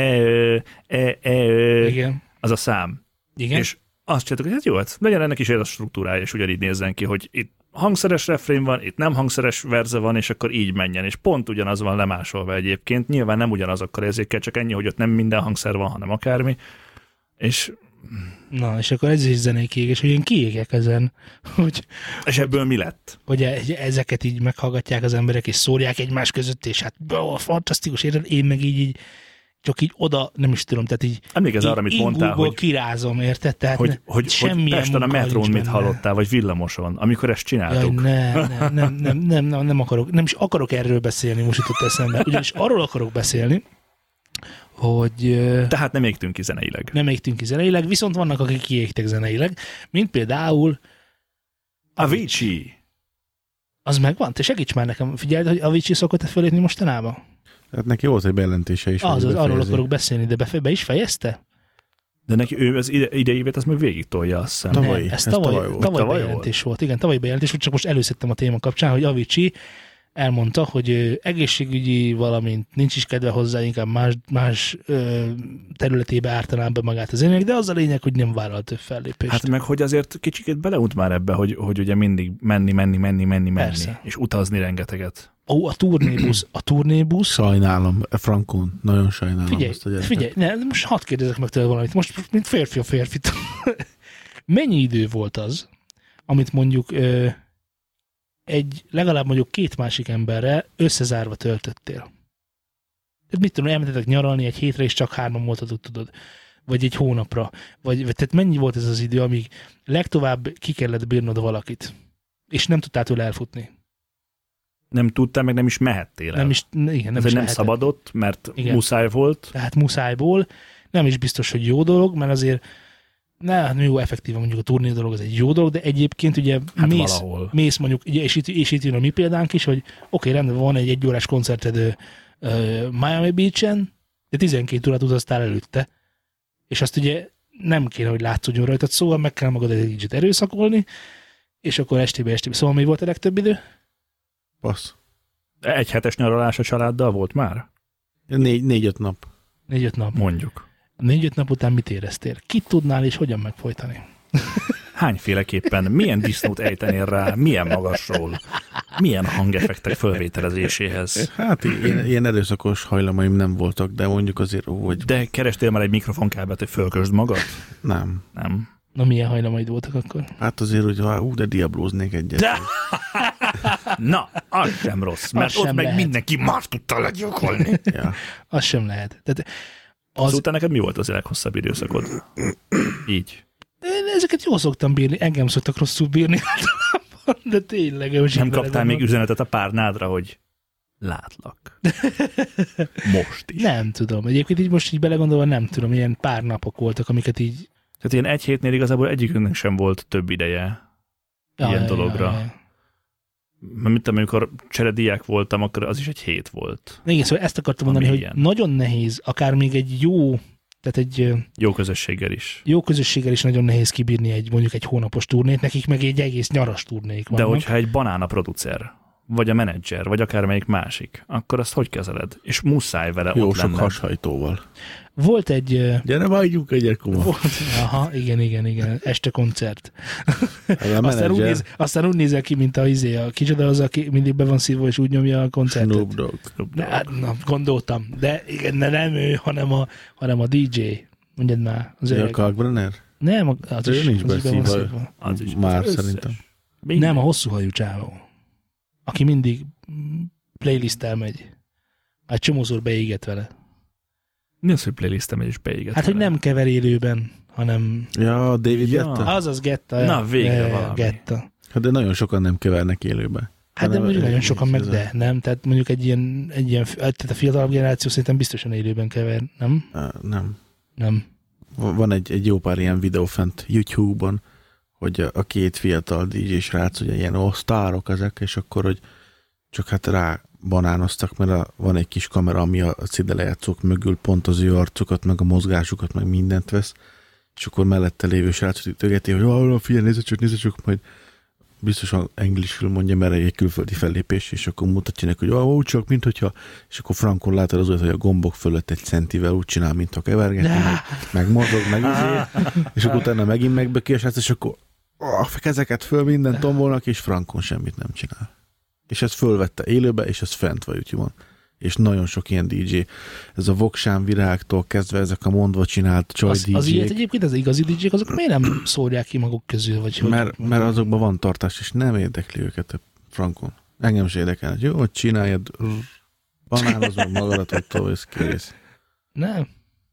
Igen. az a szám. Igen. És azt csináltuk, hogy hát jó, hát legyen ennek is ez a struktúrája, és ugyanígy nézzen ki, hogy itt hangszeres refrén van, itt nem hangszeres verze van, és akkor így menjen, és pont ugyanaz van lemásolva egyébként. Nyilván nem ugyanazokkal érzékel, csak ennyi, hogy ott nem minden hangszer van, hanem akármi. És akkor ez is zenei kiégés, hogy én kiégek ezen. És ebből mi lett? Hogy ezeket így meghallgatják az emberek, és szórják egymás között, és hát fantasztikus, érted? Én meg így csak így oda, nem is tudom, tehát így emlékezz arra, amit mondtál, hogy kirázom, érted? Tehát hogy Pesten a metrón mit hallottál, vagy villamoson, amikor ezt csináltuk. Jaj, nem akarok, nem is akarok erről beszélni, most jutott eszembe. Ugyanis arról akarok beszélni, hogy... Tehát nem égtünk ki zeneileg. Nem égtünk ki zeneileg, viszont vannak, akik kiégtek zeneileg, mint például Avicii. Az megvan? Te segíts már nekem. Figyeld, hogy Avicii szokott-e fölépni mostanában? Hát neki volt egy bejelentése is. Arról akarok beszélni, de be is fejezte? De neki ő az idei évet, az meg végig tolja, azt hiszem. Ez tavaly bejelentés volt. Igen, tavaly bejelentés volt, csak most előszedtem a téma kapcsán, hogy Avicii elmondta, hogy egészségügyi, valamint nincs is kedve hozzá, inkább más területébe ártanám be magát az ének, de az a lényeg, hogy nem vállal több fellépést. Hát meg, hogy azért kicsikét beleunt már ebbe, hogy ugye mindig menni, persze. És utazni rengeteget. A turnébusz. Sajnálom, Frankon, nagyon sajnálom. Figyelj, most hadd kérdezek meg tőle valamit, most mint férfi a férfit. Mennyi idő volt az, amit mondjuk legalább mondjuk 2 másik emberrel összezárva töltöttél? Tehát mit tudom, elmentetek nyaralni egy hétre, és csak 3 voltatok, tudod? Vagy egy hónapra? Tehát mennyi volt ez az idő, amíg legtovább ki kellett bírnod valakit, és nem tudtál tőle elfutni? Nem tudtál, meg nem is mehettél el. Nem szabadott, mert igen. Muszáj volt. Tehát muszájból. Nem is biztos, hogy jó dolog, mert azért jó, effektíven mondjuk a turné dolog, az egy jó dolog, de egyébként ugye mész mondjuk, és itt jön a mi példánk is, hogy oké, rendben van egy 1 órás koncerted Miami Beach-en, de 12 órát utaztál előtte, és azt ugye nem kéne, hogy látszódjon rajtad, szóval meg kell magad egy kicsit erőszakolni, és akkor estébe. Szóval mi volt a legtöbb idő? Passz. 1 hetes nyaralás a családdal volt már? 4-5 nap. 4-5 nap. Mondjuk. 4-5 nap után mit éreztél? Kit tudnál és hogyan megfojtani? Hányféleképpen? Milyen disznót ejtenél rá? Milyen magasról? Milyen hangeffektek fölvételezéséhez? Hát ilyen erőszakos hajlamaim nem voltak, de mondjuk azért hogy... De kerestél már egy mikrofonkábelt, hogy fölkösd magad? Nem. Na milyen hajlamaid voltak akkor? Hát azért, hogy de diablóznék egyet. Na, az sem rossz, mert ott meg mindenki már tudta legyilkolni. Ja. Az sem lehet. Tehát Azután neked mi volt az leghosszabb időszakod? Így. Ezeket jól szoktam bírni, engem szoktak rosszul bírni általában, de tényleg. Nem kaptál még üzenetet a párnádra, hogy látlak. Most is. Nem tudom. Egyébként így most így belegondolva nem tudom, ilyen pár napok voltak, amiket így... Tehát ilyen egy hétnél igazából egyikünknek sem volt több ideje ilyen dologra. Mert mit tudom, amikor cserediák voltam, akkor az is egy hét volt. Igen, szóval ezt akartam mondani, hogy ilyen. nagyon nehéz, akár még egy jó, tehát egy jó közösséggel is. Jó közösséggel is nagyon nehéz kibírni mondjuk egy hónapos turnét, nekik meg egy egész nyaras turnék vannak. De hogyha egy banán a producer, vagy a menedzser, vagy akármelyik másik, akkor azt hogy kezeled? És muszáj vele jó ott sok lenned. hashajtóval. Volt egy... Gyere, vágyjuk egyet, kuma. Aha, igen, este koncert. A aztán úgy nézel ki, mint a kicsoda az, aki mindig be van szívva, és úgy nyomja a koncertet. Snoop Dogg. Na, gondoltam. De igen, nem ő, hanem a DJ. Mondjad már. Az A Kalkbrenner? Nem, az is, nincs az is be van beszívva. szívva. Az is Már összes. szerintem. Minden. Nem, a hosszú hajú csávó. Aki mindig playlisttel megy. Már csomószor beégett vele. Mi az, hogy playlistem és beégett? Hát, hogy vele? nem kever élőben, hanem... Ja, David Ja. Guetta? Azaz Getta. Na, végre valami. Getta. Hát de nagyon sokan nem kevernek élőbe. Hát de mondjuk nagyon sokan meg, ez de nem? Tehát mondjuk egy ilyen tehát a fiatalabb generáció szerintem biztosan élőben kever, nem? Nem. Nem. Van egy jó pár ilyen videó fent YouTube-on, hogy a két fiatal DJ srác, ugye ilyen sztárok ezek, és akkor, hogy csak hát rá banánoztak, mert van egy kis kamera, ami a CD lejátszók mögül pont az ő arcukat, meg a mozgásukat, meg mindent vesz, és akkor mellette lévő srác ütögeti, hogy figyelj, nézd csak, majd biztosan angolul mondja, mert egy külföldi fellépés, és akkor mutatja neki, hogy úgy csak, mint hogyha, és akkor frankon látod az olyat, hogy a gombok fölött egy centivel úgy csinál, mint a kevergetni, meg mozog, meg és akkor utána megint megböki a srác, és akkor a kezeket föl, mindent tombolnak, és frankon semmit nem csinál. És ezt fölvette élőbe, és ez fent van YouTube-on. És nagyon sok ilyen DJ. Ez a Voksán virágtól kezdve ezek a mondva csinált csaj DJ-k. Az ilyet egyébként, az igazi DJ-k, azok miért nem szórják ki maguk közül? Vagy mert azokban van tartás, és nem érdekli őket frankon. Engem is érdekel, hogy jó, hogy csináljad, banánozz meg magadat, hogy tovább kész. Nem.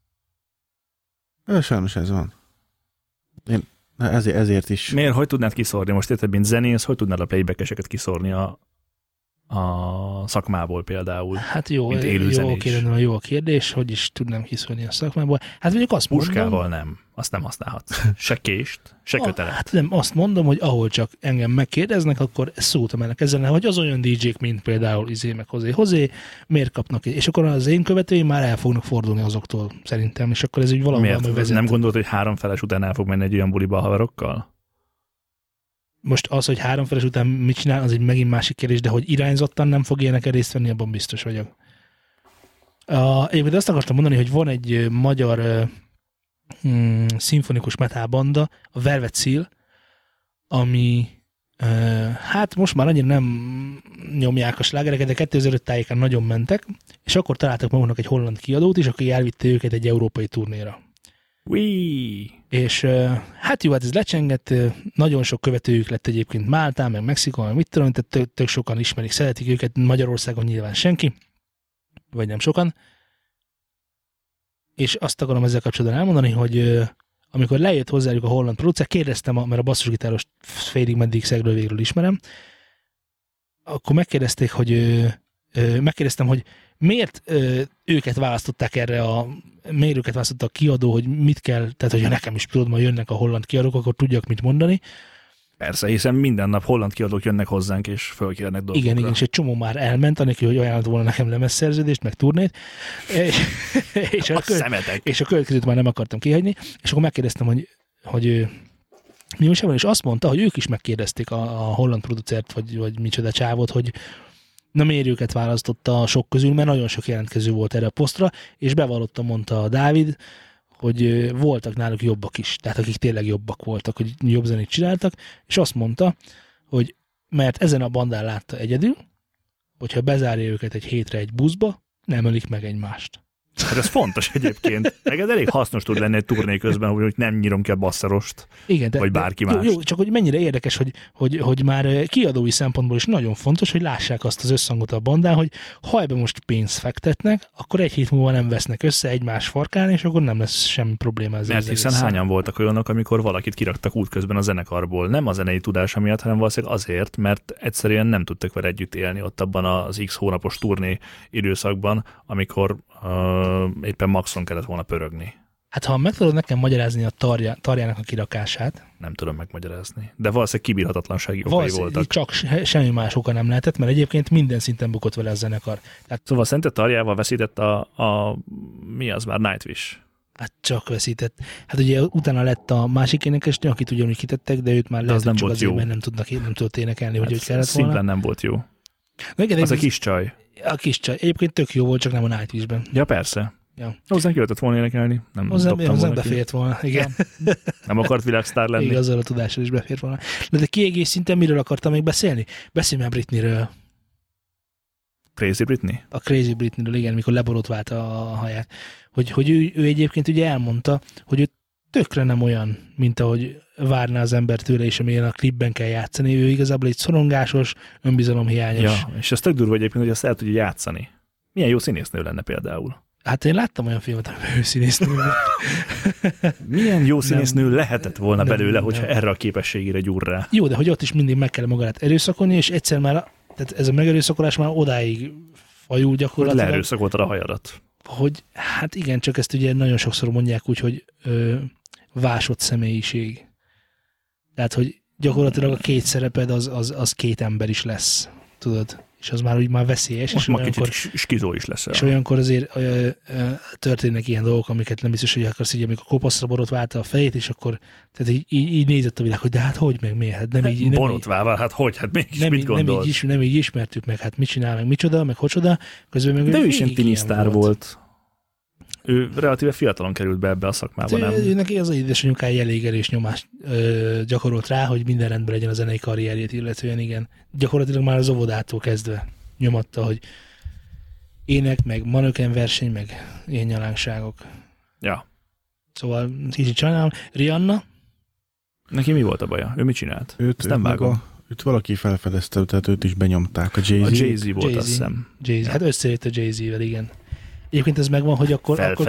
Sajnos ez van. Én ezért is. Miért? Hogy tudnád kiszórni? Most érted, mint zenész, hogy tudnád a playbackeseket kiszórni a szakmából például? Hát jó élőzenés. Jó a kérdés, hogy is tudnám kiszólni a szakmából. Hát mondjuk azt Puskával mondom... nem. Azt nem használhatsz. Se kést, se kötelet. Hát nem, azt mondom, hogy ahol csak engem megkérdeznek, akkor szót emelnek ezzel, hogy az olyan DJ-k, mint például meg hozé, miért kapnak? És akkor az én követőim már el fognak fordulni azoktól, szerintem, és akkor ez úgy valahol vezet. Nem gondolod, hogy 3 feles után el fog menni egy olyan buliba a haverokkal? Most az, hogy 3 feles után mit csinál, az egy megint másik kérdés, de hogy irányzottan nem fog ilyeneken részt venni, abban biztos vagyok. Egyébként azt akartam mondani, hogy van egy magyar szimfonikus metal banda, a Velvet Seal, ami hát most már annyira nem nyomják a slágereket, de 2005 tájékán nagyon mentek, és akkor találtak maguknak egy holland kiadót is, aki elvitte őket egy európai turnéra. És hát jó, hát ez lecsengett, nagyon sok követőjük lett egyébként Máltán, meg Mexikon, meg mit tudom, tehát tök sokan ismerik, szeretik őket, Magyarországon nyilván senki, vagy nem sokan. És azt akarom ezzel kapcsolatban elmondani, hogy amikor lejött hozzájuk a holland producer, kérdeztem, mert a basszusgitárost félig meddig szegről végről ismerem, akkor megkérdezték, hogy megkérdeztem, hogy miért őket választották erre miért őket választotta a kiadó, hogy mit kell, tehát hogyha nekem is tudod, ma jönnek a holland kiadók, akkor tudjak mit mondani. Persze, hiszen minden nap holland kiadók jönnek hozzánk, és fölkérnek dolgokra. Igen, és egy csomó már elment, anélkül, hogy ajánlott volna nekem lemezszerződést, meg turnét. És a következőt már nem akartam kihagyni. És akkor megkérdeztem, hogy mi újság van, és azt mondta, hogy ők is megkérdezték a holland producert, vagy micsoda csávot, hogy na miért őket választotta a sok közül, mert nagyon sok jelentkező volt erre a posztra, és bevallottan mondta a Dávid, hogy voltak náluk jobbak is, tehát akik tényleg jobbak voltak, hogy jobb zenét csináltak, és azt mondta, hogy mert ezen a bandán látta egyedül, hogyha bezárja őket egy hétre egy buszba, nem ölik meg egymást. Hát ez fontos egyébként. Meg ez elég hasznos tud lenni egy turné közben, hogy nem nyírom ki a basszarost. Igen, vagy bárki más. Jó, csak hogy mennyire érdekes, hogy már kiadói szempontból is nagyon fontos, hogy lássák azt az összhangot a bandán, hogy ha ebbe most pénzt fektetnek, akkor egy hét múlva nem vesznek össze egymás farkán, és akkor nem lesz semmi probléma ezzel. Mert hiszen hányan voltak olyanok, amikor valakit kiraktak útközben a zenekarból. Nem a zenei tudása miatt, hanem valószínűleg azért, mert egyszerűen nem tudtak vele együtt élni ott abban az X hónapos turné időszakban, amikor éppen maxon kellett volna pörögni. Hát ha meg tudod nekem magyarázni a tarjának a kirakását. Nem tudom megmagyarázni. De valószínűleg kibírhatatlansági okai voltak. Csak semmi más oka nem lehetett, mert egyébként minden szinten bukott vele a zenekar. Tehát, szóval szerinted tarjával veszített mi az már, Nightwish? Hát csak veszített. Hát ugye utána lett a másik énekesnő, akit ugyanúgy kitettek, de őt már lehet, nem csak volt azért, jó. mert nem tudott énekelni, Hát hogy kellett volna. szimplán nem volt jó. Igen, az a kis csaj. A kis csaj. Egyébként tök jó volt, csak nem a Nightwish-ben. Ja, persze. Ja. Hozzánk ki lehetett volna énekelni. Hozzánk befért volna, igen. Nem akart világsztár lenni. Igen, azzal a tudással is befért volna. De kiegészítem, miről akartam még beszélni? Beszélj már Britneyről. Crazy Britney? A Crazy Britneyről, igen, mikor leborotválta a haját. Hogy ő egyébként ugye elmondta, hogy ő tökre nem olyan, mint ahogy várná az ember tőle, és amilyen a klipben kell játszani. Ő igazából egy szorongásos, önbizalomhiányos. Ja, és ez tök durva egyébként, hogy azt el tudja játszani. Milyen jó színésznő lenne például. Hát én láttam olyan filmet, amiben ő színésznő volt. Milyen jó színésznő lehetett volna belőle, hogyha erre a képességére gyúr rá. Jó, de hogy ott is mindig meg kell magát erőszakolni, és egyszer már, tehát ez a megerőszakolás már odáig fajul gyakorlatilag. Leerőszakoltad a hajadat. Hogy hát igen, csak ezt ugye nagyon sokszor mondják úgy, hogy vásott személyiség. Tehát, hogy gyakorlatilag a két szereped az két ember is lesz, tudod? És az már úgy már veszélyes. Most és már kicsit skizó is lesz. És olyankor azért történnek ilyen dolgok, amiket nem biztos, hogy akarsz, így amikor kopaszra borotválta a fejét, és akkor tehát így nézett a világ, hogy de hát hogy meg miért? Hát nem így, borotválva, hát hogy? Hát mégis mit gondolsz? Nem így ismertük meg, hát mit csinál, meg micsoda, meg hocsoda. Közben meg de ő is tini sztár volt. Ő relatíve fiatalon került be ebbe a szakmába, nem? Neki az édesanyukája elég erős nyomást gyakorolt rá, hogy minden rendben legyen a zenei karrierjét, illetően igen. Gyakorlatilag már az óvodától kezdve nyomatta, hogy ének, meg manöken verseny, meg ilyen nyalánkságok. Ja. Szóval kicsit sajnálom. Rihanna? Neki mi volt a baja? Ő mit csinált? Őt valaki felfedezte, tehát őt is benyomták. A Jay-Z. A Jay-Z volt, azt hiszem. Jay-Z. Hát összejött a Jay-Z-vel, igen. Egyébként ez megvan, hogy akkor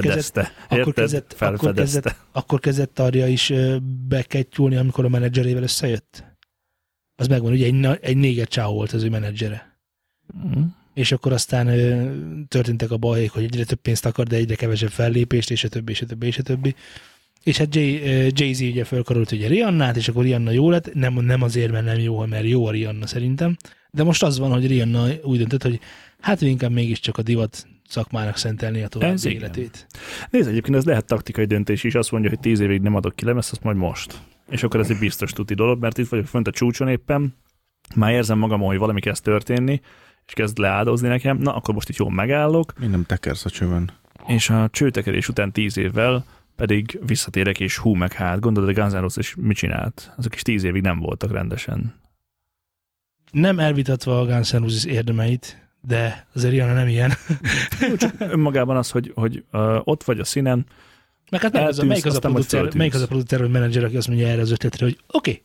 kezdett Tarja is beketyulni, amikor a menedzserével összejött. Az megvan, ugye egy néger csáó volt az ő menedzsere. Mm. És akkor aztán történtek a bajék, hogy egyre több pénzt akar, de egyre kevesebb fellépést, és a többi, és a többi, és a többi. És hát Jay-Z ugye fölkarolt ugye Rihannát, és akkor Rihanna jó lett, nem azért, mert nem jó, mert jó a Rihanna szerintem. De most az van, hogy Rihanna úgy döntött, hogy hát inkább mégiscsak a divat szakmának szentelni a további életét. Nézd, egyébként ez lehet taktikai döntés is, azt mondja, hogy 10 évig nem adok ki lemezt, azt majd most. És akkor ez egy biztos tuti dolog, mert itt vagyok fönt a csúcson éppen, már érzem magam, hogy valami kezd történni, és kezd leáldozni nekem, na akkor most itt jól megállok. Én nem tekersz a csövön. És a csőtekerés után 10 évvel pedig visszatérek, és hú meg hát, gondolod, a Guns N' Roses mit csinált? Azok is 10 évig nem voltak rendesen. Nem elvitatva a Guns N' Roses érdemeit, de azért Rihanna nem ilyen. Csak önmagában az, hogy ott vagy a színen, meg hát melyik az a producer vagy menedzser, aki azt mondja erre az ötletre, hogy oké.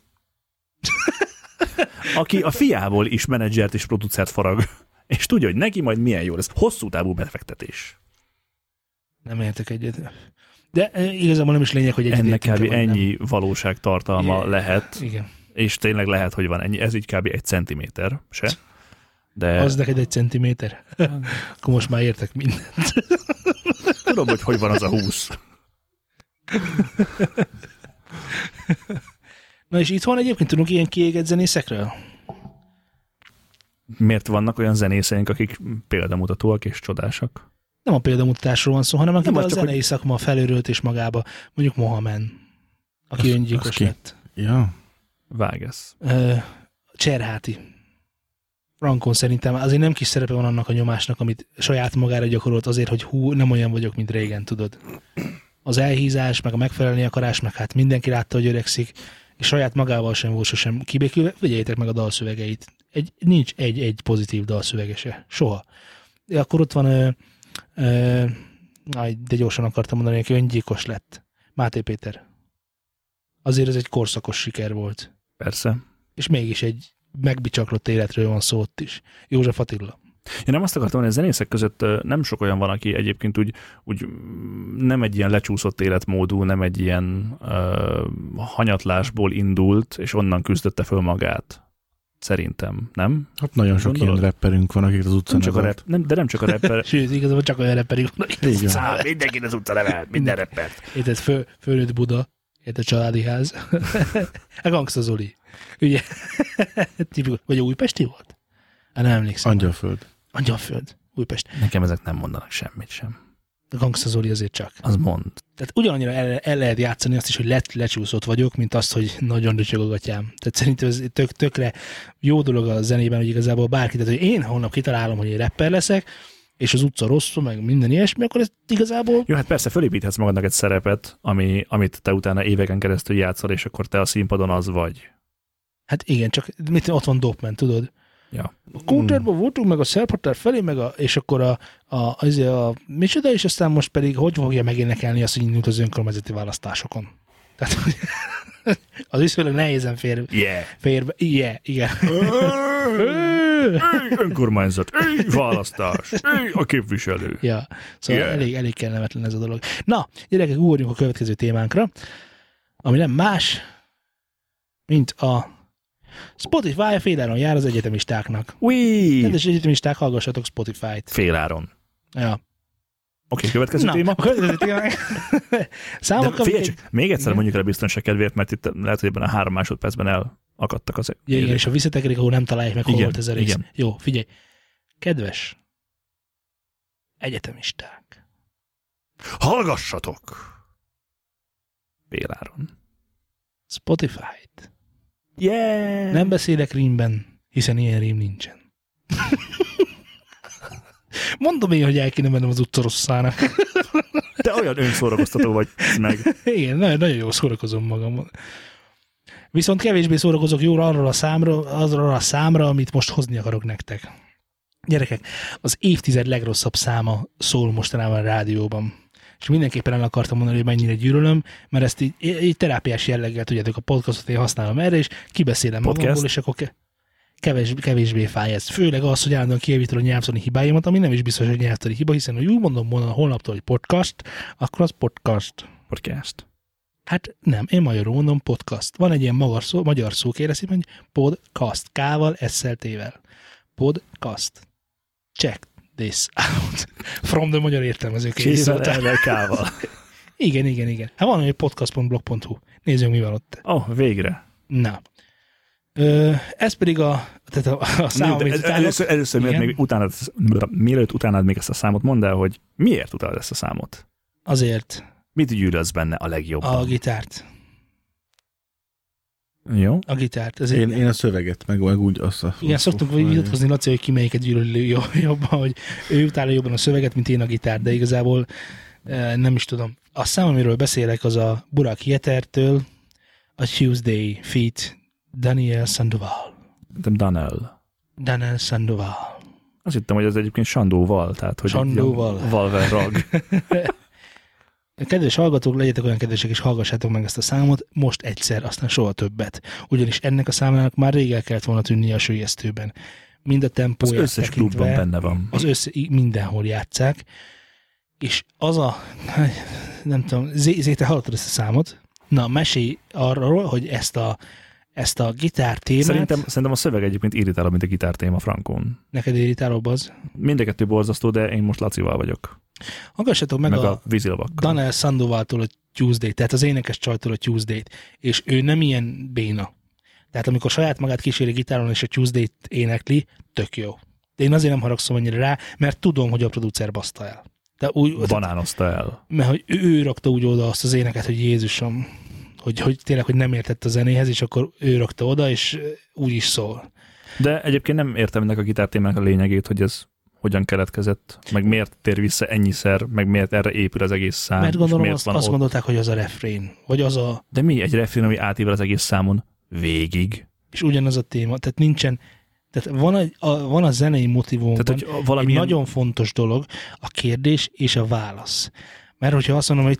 Aki a fiából is menedzsert és producert farag, és tudja, hogy neki majd milyen jó lesz. Hosszú távú befektetés. Nem értek egyet. De igazából nem is lényeg, hogy ennek kb. Ennyi valóságtartalma lehet. Igen. És tényleg lehet, hogy van ennyi. Ez így kb. 1 centiméter se. De... Az neked 1 centiméter? Akkor most már értek mindent. Tudom, hogy van az a 20. Na és itthon egyébként tudunk ilyen kiégett zenészekről? Miért vannak olyan zenészeink, akik példamutatóak és csodásak? Nem a példamutatásról van szó, hanem akiben a zenei szakma felőrölt és magába, mondjuk Mohamed, aki öngyilkos lett. Ja. Vágesz. Cserháti. Frankon szerintem azért nem kis szerepe van annak a nyomásnak, amit saját magára gyakorolt azért, hogy hú, nem olyan vagyok, mint régen, tudod. Az elhízás, meg a megfelelni akarás, meg hát mindenki látta, hogy öregszik, és saját magával sem volt sosem kibékülve. Figyeljétek meg a dalszövegeit. Nincs egy pozitív dalszövegese. Soha. Akkor ott van de gyorsan akartam mondani, hogy öngyilkos lett. Máté Péter. Azért ez egy korszakos siker volt. Persze. És mégis egy megbicsaklott életről van szó ott is. József Attila. Én nem azt akartam mondani, hogy zenészek között nem sok olyan van, aki egyébként úgy nem egy ilyen lecsúszott életmódú, nem egy ilyen hanyatlásból indult, és onnan küzdötte föl magát. Szerintem, nem? Hát nagyon sok ilyen rapperünk van, akik az utcán de nem csak a rapper. Sőt, igazából csak olyan rapperünk van. Mindenki az utca nevel, minden rappert. Érted, fölnőtt Buda, érted, családi ház. A Gangsta Zoli. Ugye? Vagy Újpesti volt? Nem emlékszem. Angyalföld. Újpest. Nekem ezek nem mondanak semmit sem. A Gangsta Zoli azért csak. Az mond. Tehát ugyanannyira el lehet játszani azt is, hogy lecsúszott vagyok, mint azt, hogy nagyon röcsög a gatyám. Tehát szerintem ez tökre jó dolog a zenében, hogy igazából bárki, tehát hogy én holnap kitalálom, hogy én rapper leszek, és az utca rosszul, meg minden ilyesmi, akkor ez igazából... Jó, hát persze fölépíthetsz magadnak egy szerepet, amit te utána éveken keresztül játszol, és akkor te a színpadon az vagy. Hát igen, csak ott van Dopman, tudod? Ja. A koncertben voltunk, meg a szerphatár felé, és akkor micsoda, és aztán most pedig hogy fogja megénekelni azt, hogy indult az önkormányzati választásokon. Tehát az viszonylag nehézen fér be. Igen. Önkormányzat, választás, a képviselő. Ja, szóval elég kellemetlen ez a dolog. Na, gyerekek, ugorjunk a következő témánkra, ami nem más, mint a Spotify féláron jár az egyetemistáknak. Kedves egyetemisták, hallgassatok Spotify-t. Féláron. Ja. Oké, következő téma. A következő témánk. Még egyszer mondjuk el a biztonság kedvéért, mert itt lehet, hogy ebben a 3 másodpercben elakadtak az... Ja, igen, és ha visszatekerik, ahol nem találják meg, hol volt ez a rész. Igen. Jó, figyelj. Kedves egyetemisták. Hallgassatok! Féláron. Spotify-t. Yeah! Nem beszélek rímben, hiszen ilyen rím nincsen. Mondom én, hogy el kéne mennem az utca rosszának. Te olyan önszórakoztató vagy meg. Igen, nagyon jó szórakozom magamon. Viszont kevésbé szórakozok jóra arról a számra, amit most hozni akarok nektek. Gyerekek, az évtized legrosszabb száma szól mostanában a rádióban. És mindenképpen el akartam mondani, hogy mennyire gyűlölöm, mert ezt így terápiás jelleggel, tudjátok, a podcastot én használom erre, és kibeszélem magamból, és akkor kevésbé fáj ez. Főleg az, hogy állandóan kijavítom a nyelvtani hibáimat, ami nem is biztos, hogy nyelvtani hiba, hiszen ha úgy mondom holnaptól, hogy podcast, akkor az podcast. Podcast. Hát nem, én magyarul mondom podcast. Van egy ilyen magyar szókéreszím, hogy podcast, K-val, S-szel-T-vel. Podcast. Check this out. From the magyar értelmező készítővel K-val. Igen. Hát van, hogy podcast.blog.hu. Nézzünk, mi van ott. Végre. Na. Ez pedig a szám, amit először mielőtt utánád még ezt a számot, mondd el, hogy miért utálod ezt a számot? Azért. Mit gyűlölsz benne a legjobban? A gitárt. Jó. A gitárt. Én a szöveget, meg úgy azt a... Igen, szoktunk vitatkozni, Laci, hogy ki melyiket gyűlöli jobban, hogy ő utálja jobban a szöveget, mint én a gitárt, de igazából nem is tudom. A szám, amiről beszélek, az a Burak Jetertől, a Tuesday feat. Daniel Sandoval. Daniel Sandoval. Azt hittem, hogy ez egyébként Sandóval, tehát hogy Sandóval. Valver rag. Kedves hallgatók, legyetek olyan kedvesek, és hallgassátok meg ezt a számot most egyszer, aztán soha többet. Ugyanis ennek a számlának már rég el kellett volna tűnni a sülyeztőben. Mind a tempóját az összes klubban benne van. Mindenhol játsszák. És az a... Nem tudom, Zé, te hallottad ezt a számot? Na, mesélj arról, hogy ezt a gitártémát... Szerintem a szöveg egyébként irritáló, mint a gitártéma frankón. Neked irritálóbb az? Mind a kettő borzasztó, de én most Lacival vagyok. Hallgassatok meg a vízilavakkal. Daniel Sandovaltól a Tuesday, tehát az énekes csajtól a Tuesday-t, és ő nem ilyen béna. Tehát amikor saját magát kíséri gitáron, és a Tuesday-t énekli, tök jó. De én azért nem haragszom annyira rá, mert tudom, hogy a producer baszta el. Banánozta el. Mert hogy ő rakta úgy oda azt az éneket, hogy Jézusom, hogy tényleg, hogy nem értett a zenéhez, és akkor ő rakta oda, és úgy is szól. De egyébként nem értem ennek a gitártémának a lényegét, hogy ez hogyan keletkezett, meg miért tér vissza ennyiszer, meg miért erre épül az egész szám. Mert gondolom azt gondolták, hogy az a refrén, vagy az a... De mi egy refrén, ami átível az egész számon végig? És ugyanaz a téma, tehát Tehát van a zenei motivumban Tehát, hogy valamilyen... egy nagyon fontos dolog, a kérdés és a válasz. Mert hogyha azt mondom, hogy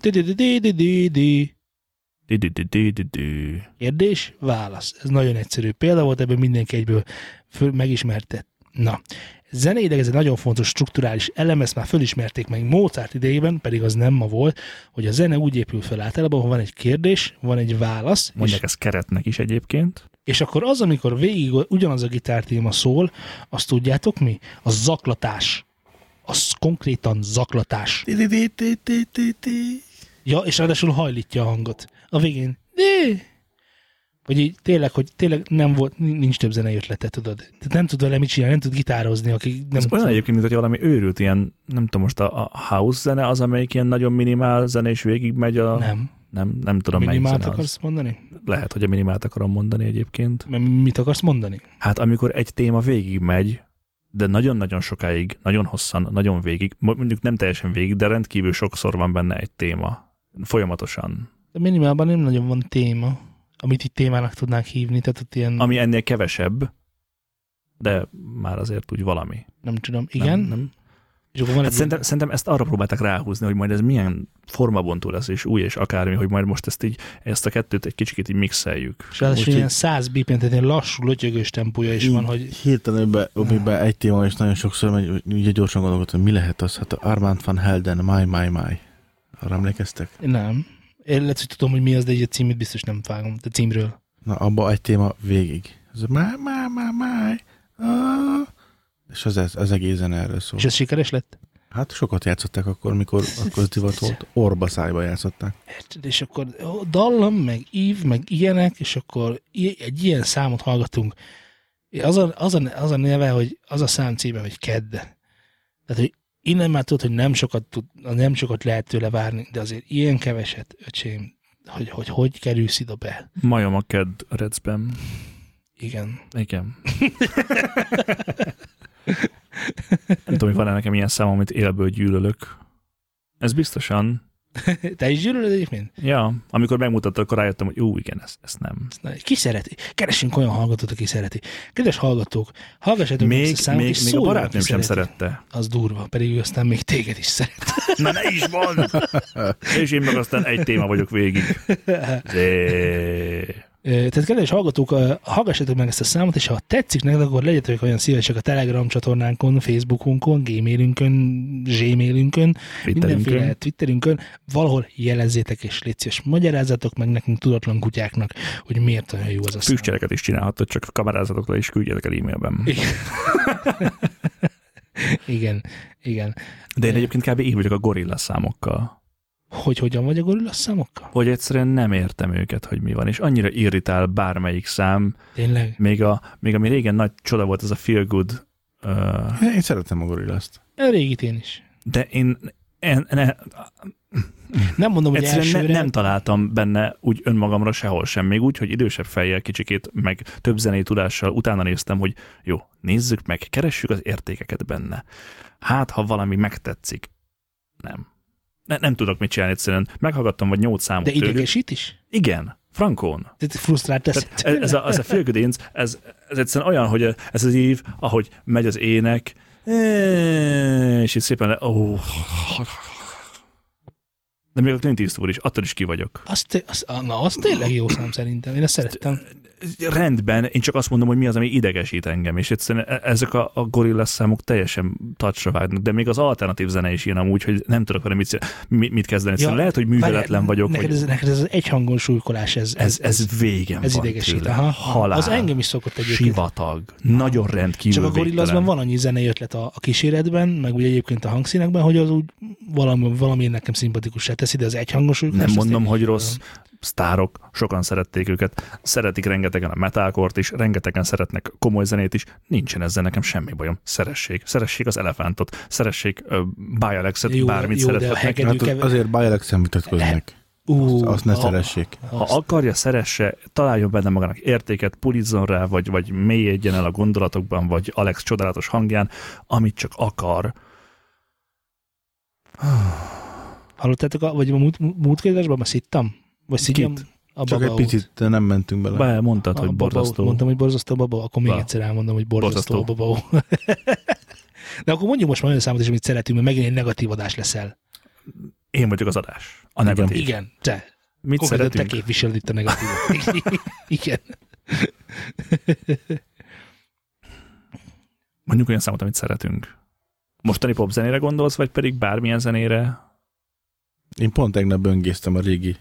kérdés, válasz. Ez nagyon egyszerű példa volt, ebből mindenki egyből megismerte. Na, zeneileg ez egy nagyon fontos strukturális elem, ezt már fölismerték meg Mozart idejében, pedig az nem ma volt, hogy a zene úgy épül fel általában, hogy van egy kérdés, van egy válasz. Mondják ezt keretnek is egyébként. És akkor az, amikor végig ugyanaz a gitártéma szól, azt tudjátok mi? A zaklatás. Az konkrétan zaklatás. Ja, és ráadásul hajlítja a hangot. A végén. Vagy így tényleg, hogy tényleg nem volt, nincs több zenei ötlete, tudod. Tehát nem tud vele mit csinálni, nem tud gitározni. Aki nem ez olyan egyébként, mint hogy valami őrült ilyen, nem tudom most a house zene az, amelyik ilyen nagyon minimál zene, és végig megy a... Nem tudom, melyik minimált zene akarsz mondani? Lehet, hogy a minimált akarom mondani egyébként. Mit akarsz mondani? Hát amikor egy téma végig megy, de nagyon-nagyon sokáig, nagyon hosszan, nagyon végig, mondjuk nem teljesen végig, de rendkívül sokszor van benne egy téma. Folyamatosan. De minimálban nem nagyon van téma, amit itt témának tudnánk hívni. Tehát ott ilyen... Ami ennél kevesebb, de már azért úgy valami. Nem tudom. Igen? Nem. És akkor van hát szerintem ezt arra próbálták ráhúzni, hogy majd ez milyen formabontó lesz, és új, és akármi, hogy majd most ezt a kettőt egy kicsit így mixeljük. És ráadásul ilyen 100 BPM, tehát ilyen lassú, lötyögös tempója is van, hogy... Hirtelen amiben egy téma, és nagyon sokszor megy, ugye gyorsan gondolkodtam, mi lehet az? Hát a Armand van Helden, My. Arra emlékeztek? Nem. Én lehet, hogy tudom, hogy mi az, de egy a címét biztos nem vágom, de címről. Na, abban egy téma végig. Ez a my. És az egész zene erről szól. És ez sikeres lett? Hát sokat játszották akkor, mikor az divat volt. Orba szájba játszották. És akkor dallam, meg ív, meg ilyenek, és akkor egy ilyen számot hallgatunk. Az a neve, hogy az a szám címe, hogy Kedd. Tehát, hogy innen már tudod, hogy nem sokat lehet tőle várni, de azért ilyen keveset, öcsém, hogy kerülsz ide be. Majom a Kedd Recben. Igen. Nem tudom, hogy van-e nekem ilyen szám, amit élből gyűlölök. Ez biztosan. Te is gyűlölöd egyébként? Ja, amikor megmutattad, akkor rájöttem, hogy igen, ezt nem. Ki szereti? Keressünk olyan hallgatót, aki szereti. Kedves hallgatók, hallgassátok még a barátnőm sem szerette. Az durva, pedig aztán még téged is szeret. Na ne is mondd! És én meg aztán egy téma vagyok végig. Tehát kedves hallgatók, hallgassátok meg ezt a számot, és ha tetszik nektek, akkor legyetek olyan szívesek a Telegram csatornánkon, Facebookunkon, Gmailünkön, mindenféle Twitterünkön, valahol jelezzétek és légy szíves, magyarázzatok meg nekünk tudatlan kutyáknak, hogy miért olyan jó az a szám. Füstjeleket is csinálhatod, csak kamerázzatok le és küldjetek el e-mailben. Igen. De én egyébként kb. Így vagyok a gorilla számokkal. Hogy hogyan vagy a gorilla számokkal? Hogy egyszerűen nem értem őket, hogy mi van, és annyira irritál bármelyik szám. Tényleg? Még ami régen nagy csoda volt, ez a Feel Good. Én szeretem a gorillaszt. A régit én is. De én nem mondom, hogy egyszerűen nem találtam benne úgy önmagamra sehol sem. Még úgy, hogy idősebb fejjel kicsikét, meg több zenei tudással utána néztem, hogy jó, nézzük meg, keressük az értékeket benne. Hát, ha valami megtetszik. Nem tudok mit csinálni egyszerűen. Meghallgattam vagy 8 számot. De idegesít is? Igen, frankón. Tehát frusztrált tesz. Ez a Feel Good Inc, ez egyszerűen olyan, hogy ez az ív, ahogy megy az ének, és itt szépen de még a Clint Eastwood is, attól is ki vagyok. Az tényleg jó szám szerintem, én ezt szerettem. Rendben, én csak azt mondom, hogy mi az, ami idegesít engem, és egyszerűen ezek a gorillás számok teljesen touchra vágnak, de még az alternatív zene is ilyen amúgy, hogy nem tudok vele mit kezdeni. Ja, lehet, hogy műveletlen vagyok. Neked ez az egyhangon súlykolás, ez végem ez van idegesít, tőle. Halál. Az engem is szokott egyébként. Sivatag. Nagyon rendkívül csak a gorillazban van annyi zenei ötlet a kíséretben, meg ugye egyébként a hangszínekben, hogy az úgy valami nekem szimpatikussá teszi, de az egyhangos súlykolás. Nem mondom, hogy rossz. Sztárok, sokan szerették őket, szeretik rengetegen a metalkort is, rengetegen szeretnek komoly zenét is, nincsen ezzel nekem semmi bajom. Szeressék az Elefántot, szeressék Bialexet, bármit szerethetnek. Hát azért Bialexen vitatkoznak. Azt ne szeressék. Ha akarja, szeresse, találjon benne magának értéket, pulizzon rá, vagy mélyedjen el a gondolatokban, vagy Alex csodálatos hangján, amit csak akar. Hallottátok, vagy a múlt kérdésben ma szittam? Vagy szidjam? Csak egy picit nem mentünk bele. Be mondtad, hogy borzasztó. Mondtam, hogy borzasztó baba, akkor még egyszer elmondom, hogy borzasztó baba. De akkor mondjuk most már olyan számot is, amit szeretünk, mert megint egy negatív adás leszel. Én vagyok az adás. A negatív. Igen, te. Mit konkrétan szeretünk? te képviseled itt a negatívot. Igen. Mondjuk olyan számot, amit szeretünk. Mostani popzenére gondolsz, vagy pedig bármilyen zenére? Én pont tegnap böngésztem a régi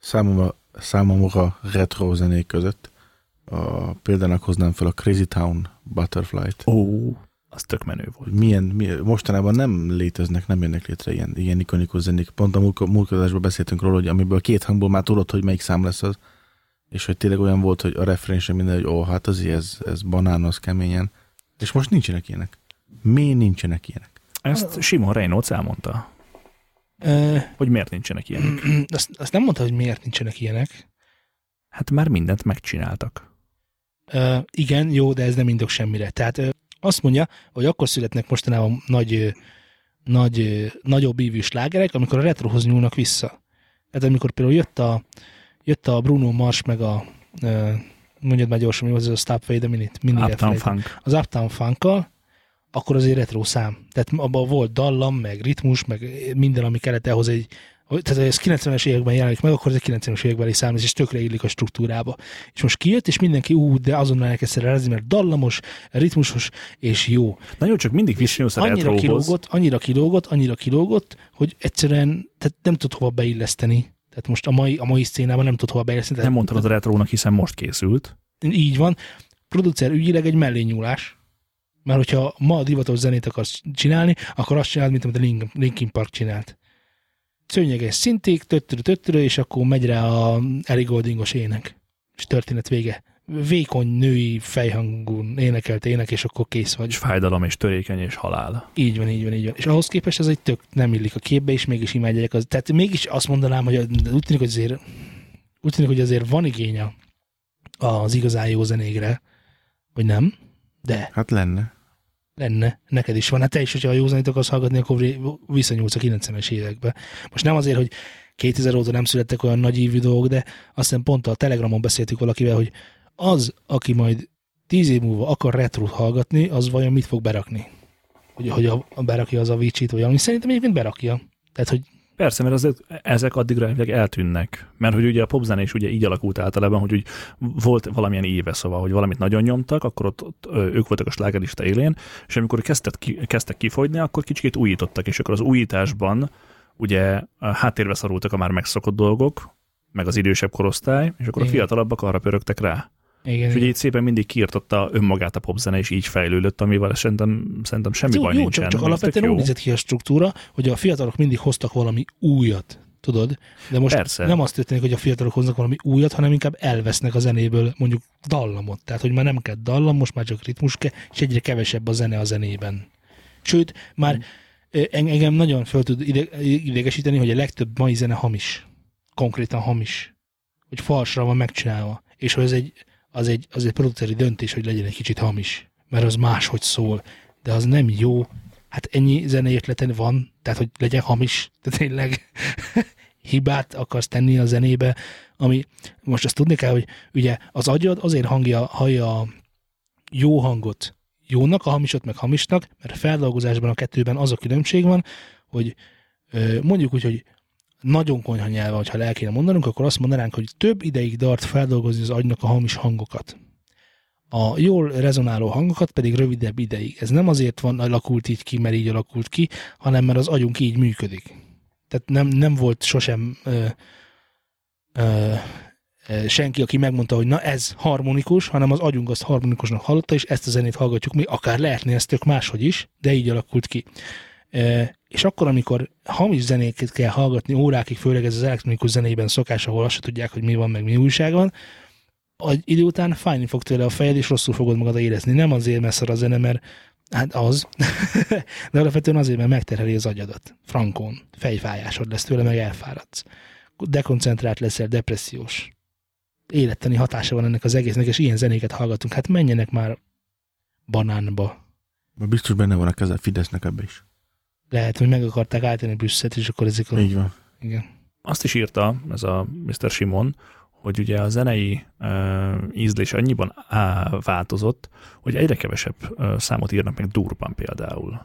számomra retro zenék között. Példának hoznám fel a Crazy Town Butterfly-t. Az tök menő volt. Milyen, mostanában nem léteznek, nem jönnek létre ilyen ikonikus zenék. Pont a múltkor beszéltünk róla, hogy amiből 2 hangból már tudod, hogy melyik szám lesz az. És hogy tényleg olyan volt, hogy a refrén sem minden, hogy hát azért ez banános keményen. És most nincsenek ilyenek. Miért nincsenek ilyenek? Ezt Simon Reynolds elmondta. Hogy miért nincsenek ilyenek? Azt nem mondta, hogy miért nincsenek ilyenek. Hát már mindent megcsináltak. Igen, jó, de ez nem indok semmire. Tehát azt mondja, hogy akkor születnek mostanában nagyobb ívű slágerek, amikor a retrohoz nyúlnak vissza. Tehát amikor például jött a Bruno Mars, meg a mondjad már gyorsan, mi volt ez a Stop Fade a Minute. Uptown Funk. Az Uptown Funkkal, akkor azért retro szám. Tehát abban volt dallam, meg ritmus, meg minden, ami kellett ahhoz egy... Tehát ez 90-es években jelenik meg, akkor ez egy 90-es évekbeli szám, és tökre illik a struktúrába. És most kijött, és mindenki de azonnal elkezdte rázni, mert dallamos, ritmusos, és jó. Na jó, csak mindig visszanyúlsz a retrohoz. Annyira kilógott, hogy egyszerűen tehát nem tud hova beilleszteni. Tehát most a mai szcénában nem tud hova beilleszteni. Nem mondtad a retrónak, hiszen most készült. Így van. Producer ügyileg egy mellényúlás. Mert hogyha ma divatos zenét akarsz csinálni, akkor azt csináld, mint amit a Linkin Park csinált. Szőnyeges szinték, töttörö, és akkor megy rá a Ellie Gouldingos ének. És történet vége. Vékony női fejhangú énekelt ének, és akkor kész vagy. És fájdalom, és törékeny, és halál. Így van. És ahhoz képest ez egy tök nem illik a képbe, és mégis imádják. Tehát mégis azt mondanám, hogy úgy tűnik, hogy azért van igény az igazán jó zenékre, vagy nem? De. Hát lenne. Neked is van. Hát te is, hogyha a jó zenét akarsz hallgatni, akkor visszanyúlsz a 90-es évekbe. Most nem azért, hogy 2000 óta nem születtek olyan nagy ívű dolgok, de azt hiszem pont a Telegramon beszéltük valakivel, hogy az, aki majd 10 év múlva akar retrót hallgatni, az vajon mit fog berakni? Hogy berakja az Avicii-t, vagy ami szerintem egyébként berakja. Tehát, hogy persze, mert ezek addigra eltűnnek. Mert hogy ugye a popzene is ugye így alakult általában, hogy úgy volt valamilyen éve, szóval, hogy valamit nagyon nyomtak, akkor ott ők voltak a slágerlista élén, és amikor kezdtek kifogyni, akkor kicsit újítottak, és akkor az újításban ugye háttérbe szorultak a már megszokott dolgok, meg az idősebb korosztály, és akkor a fiatalabbak arra pörögtek rá. Igen, és ugye így szépen mindig kiirtotta önmagát a popzene, és így fejlődött, amivel szerintem semmi baj nincsen. Csak alapvetően úgy nézett ki a struktúra, hogy a fiatalok mindig hoztak valami újat, tudod? De most persze. Nem azt történik, hogy a fiatalok hoznak valami újat, hanem inkább elvesznek a zenéből mondjuk dallamot. Tehát, hogy már nem kell dallam, most már csak ritmus kell, és egyre kevesebb a zene a zenében. Sőt, már engem nagyon föl tud idegesíteni, hogy a legtöbb mai zene hamis. Konkrétan hamis. Hogy falsra van megcsinálva. És hogy az egy produceri döntés, hogy legyen egy kicsit hamis. Mert az máshogy szól. De az nem jó. Hát ennyi zenei ötleten van, tehát hogy legyen hamis. De tényleg hibát akarsz tenni a zenébe, ami most azt tudni kell, hogy ugye az agyad azért hallja a jó hangot jónak, a hamisot meg hamisnak, mert a feldolgozásban a kettőben az a különbség van, hogy mondjuk úgy, hogy nagyon konyha nyelven, hogyha el kéne mondanunk, akkor azt mondanánk, hogy több ideig tart feldolgozni az agynak a hamis hangokat. A jól rezonáló hangokat pedig rövidebb ideig. Ez nem azért alakult így ki, mert így alakult ki, hanem mert az agyunk így működik. Tehát nem volt sosem senki, aki megmondta, hogy na ez harmonikus, hanem az agyunk azt harmonikusnak hallotta, és ezt a zenét hallgatjuk mi, akár lehetne ez tök máshogy is, de így alakult ki. És akkor, amikor hamis zenéket kell hallgatni órákig, főleg ez az elektronikus zenében szokás, ahol azt se tudják, hogy mi van, meg mi újság van, egy idő után fájni fog tőle a fejed, és rosszul fogod magad érezni. Nem azért, mert szar a zene, mert hát az, de alapvetően azért, mert megterheli az agyadat. Frankon. Fejfájásod lesz tőle, meg elfáradsz. Dekoncentrált leszel, depressziós. Élettani hatása van ennek az egésznek, és ilyen zenéket hallgatunk. Hát menjenek már banánba. Biztos benne van a keze Fidesznek ebbe is. Lehet, hogy meg akarták állítani Brüsszelt, és akkor ezek Így van. Igen. Azt is írta ez a Mr. Simon, hogy ugye a zenei ízlés annyiban változott, hogy egyre kevesebb számot írnak meg durban például.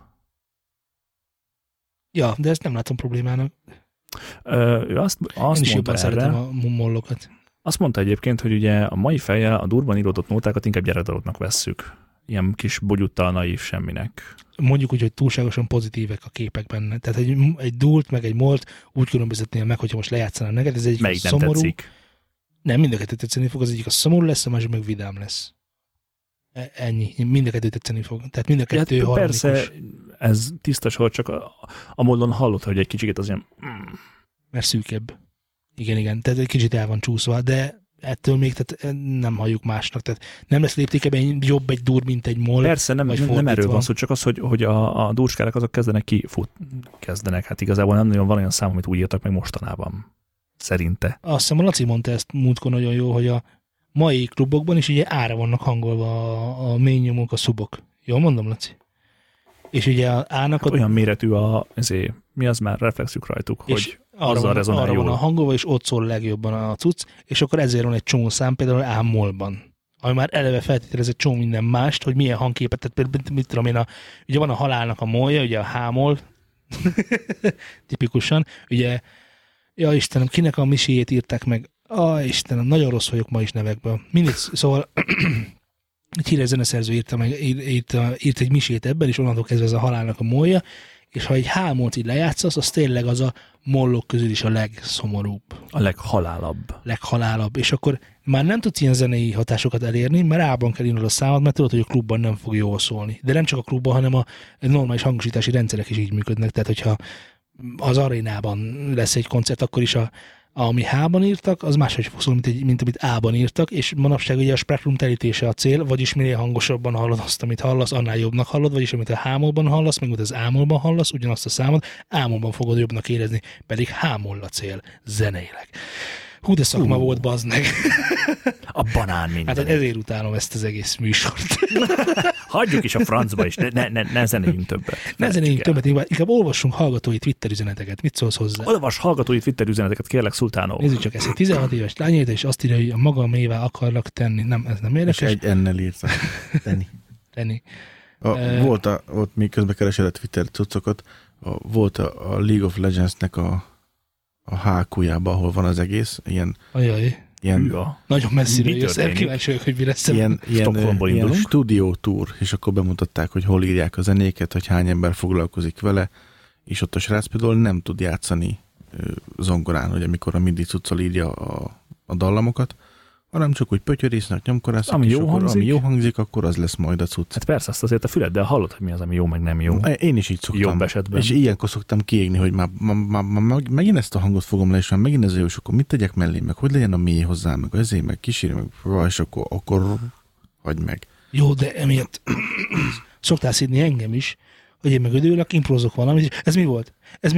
Ja, de ezt nem látom problémának. Ő azt Én is jobban mondta szeretem erre, a mollokat. azt mondta egyébként, hogy ugye a mai fejjel a durban íródott nótákat inkább gyerekdaloknak vesszük. Ilyen kis bogyuttal naív semminek. Mondjuk úgy, hogy túlságosan pozitívek a képek benne. Tehát egy dult, meg egy molt úgy különböztetnél meg, hogyha most lejátszanám neked, ez egyik Melyik nem szomorú. tetszik? Nem, mind a kettő tetszeni fog, az egyik a szomorú lesz, a másik meg vidám lesz. Ennyi. Mind a kettő tetszeni fog. Tehát mind a kettő harmonikus. Persze, ez tiszta sor, csak a mollon hallott, hogy egy kicsit az ilyen... Mert szűkebb. Igen. Tehát egy kicsit el van csúszva, de ettől még tehát nem halljuk másnak. Tehát nem lesz léptékeben jobb egy dur, mint egy moll. Persze, nem erről van szó, csak az, hogy a durskálak azok kezdenek. Hát igazából nem nagyon van olyan szám, amit úgy írtak meg mostanában. Szerinte. Azt hiszem, a Laci mondta ezt múltkor nagyon jó, hogy a mai klubokban is ugye ára vannak hangolva a mély nyomók, a szubok. Jól mondom, Laci? És ugye a ának... Hát olyan méretű mi az már reflexük rajtuk, hogy azzal rezonál arra jól. van a hangolva, és ott szól legjobban a cucc, és akkor ezért van egy csomó szám, például A-mollban. Ami már eleve feltételez egy csomó minden mást, hogy milyen hangképet, tehát például mit tudom én, ugye van a halálnak a mollja, ugye a H-moll, tipikusan, ugye, ja Istenem, kinek a miséjét írták meg? Istenem, nagyon rossz vagyok ma is nevekből. Mindig, szóval egy híres zeneszerző írt egy misét ebben, és onnantól kezdve ez a halálnak a mollja, és ha egy H-mollt így lejátszasz, az tényleg az a mollok közül is a legszomorúbb. A leghalálabb. És akkor már nem tudsz ilyen zenei hatásokat elérni, mert A-ban kell írnod a számot, mert tudod, hogy a klubban nem fog jól szólni. De nem csak a klubban, hanem a normális hangosítási rendszerek is így működnek. Tehát, hogyha az arénában lesz egy koncert, akkor is ami H-ban írtak, az máshogy fog szólni, mint amit A-ban írtak, és manapság ugye a spektrum telítése a cél, vagyis minél hangosabban hallod azt, amit hallasz, annál jobbnak hallod, vagyis amit a H-mollban hallasz, meg amit az A-mollban hallasz, ugyanazt a számot A-mollban fogod jobbnak érezni, pedig H-moll a cél, zeneileg. Hú, de szakma volt, bazd meg. A banán minden. Hát ezért utálom ezt az egész műsort. Hagyjuk is a francba is, ne zenéljünk többet. Ne zenéljünk többet, inkább olvassunk hallgatói Twitter üzeneteket. Mit szólsz hozzá? Olvas hallgatói Twitter üzeneteket, kérlek, Szultánó. Nézzük csak, ezt egy 16 éves lányét, és azt írja, hogy a magamévá akarlak tenni. Nem, ez nem érdekes. És egy ennel írta. Tenni. Volt még közben keresett Twitter cuccokat, volt a League of Legends-nek a HQ-jába, ahol van az egész, ilyen nagyon messziről jössz, kíváncsi vagyok, hogy mi lesz. Ilyen stúdió tour, és akkor bemutatták, hogy hol írják a zenéket, hogy hány ember foglalkozik vele, és ott a srác például nem tud játszani zongorán, hogy amikor a MIDI cuccal írja a dallamokat, hanem csak úgy pötyörésznek, nyomkorászik, ami jó hangzik, akkor az lesz majd a cucc. Hát persze, azt azért a füleddel hallod, hogy mi az, ami jó, meg nem jó. Én is így szoktam. Jobb esetben. És ilyenkor szoktam kiégni, hogy már megint ezt a hangot fogom le, és már megint ez a jó, és akkor mit tegyek mellé, meg hogy legyen a mély hozzá, meg ezért, meg kísérj, meg és akkor hagyd meg. Jó, de emiatt szoktál szídni engem is, hogy én meg ödülök, improzok valamit, ez mi volt?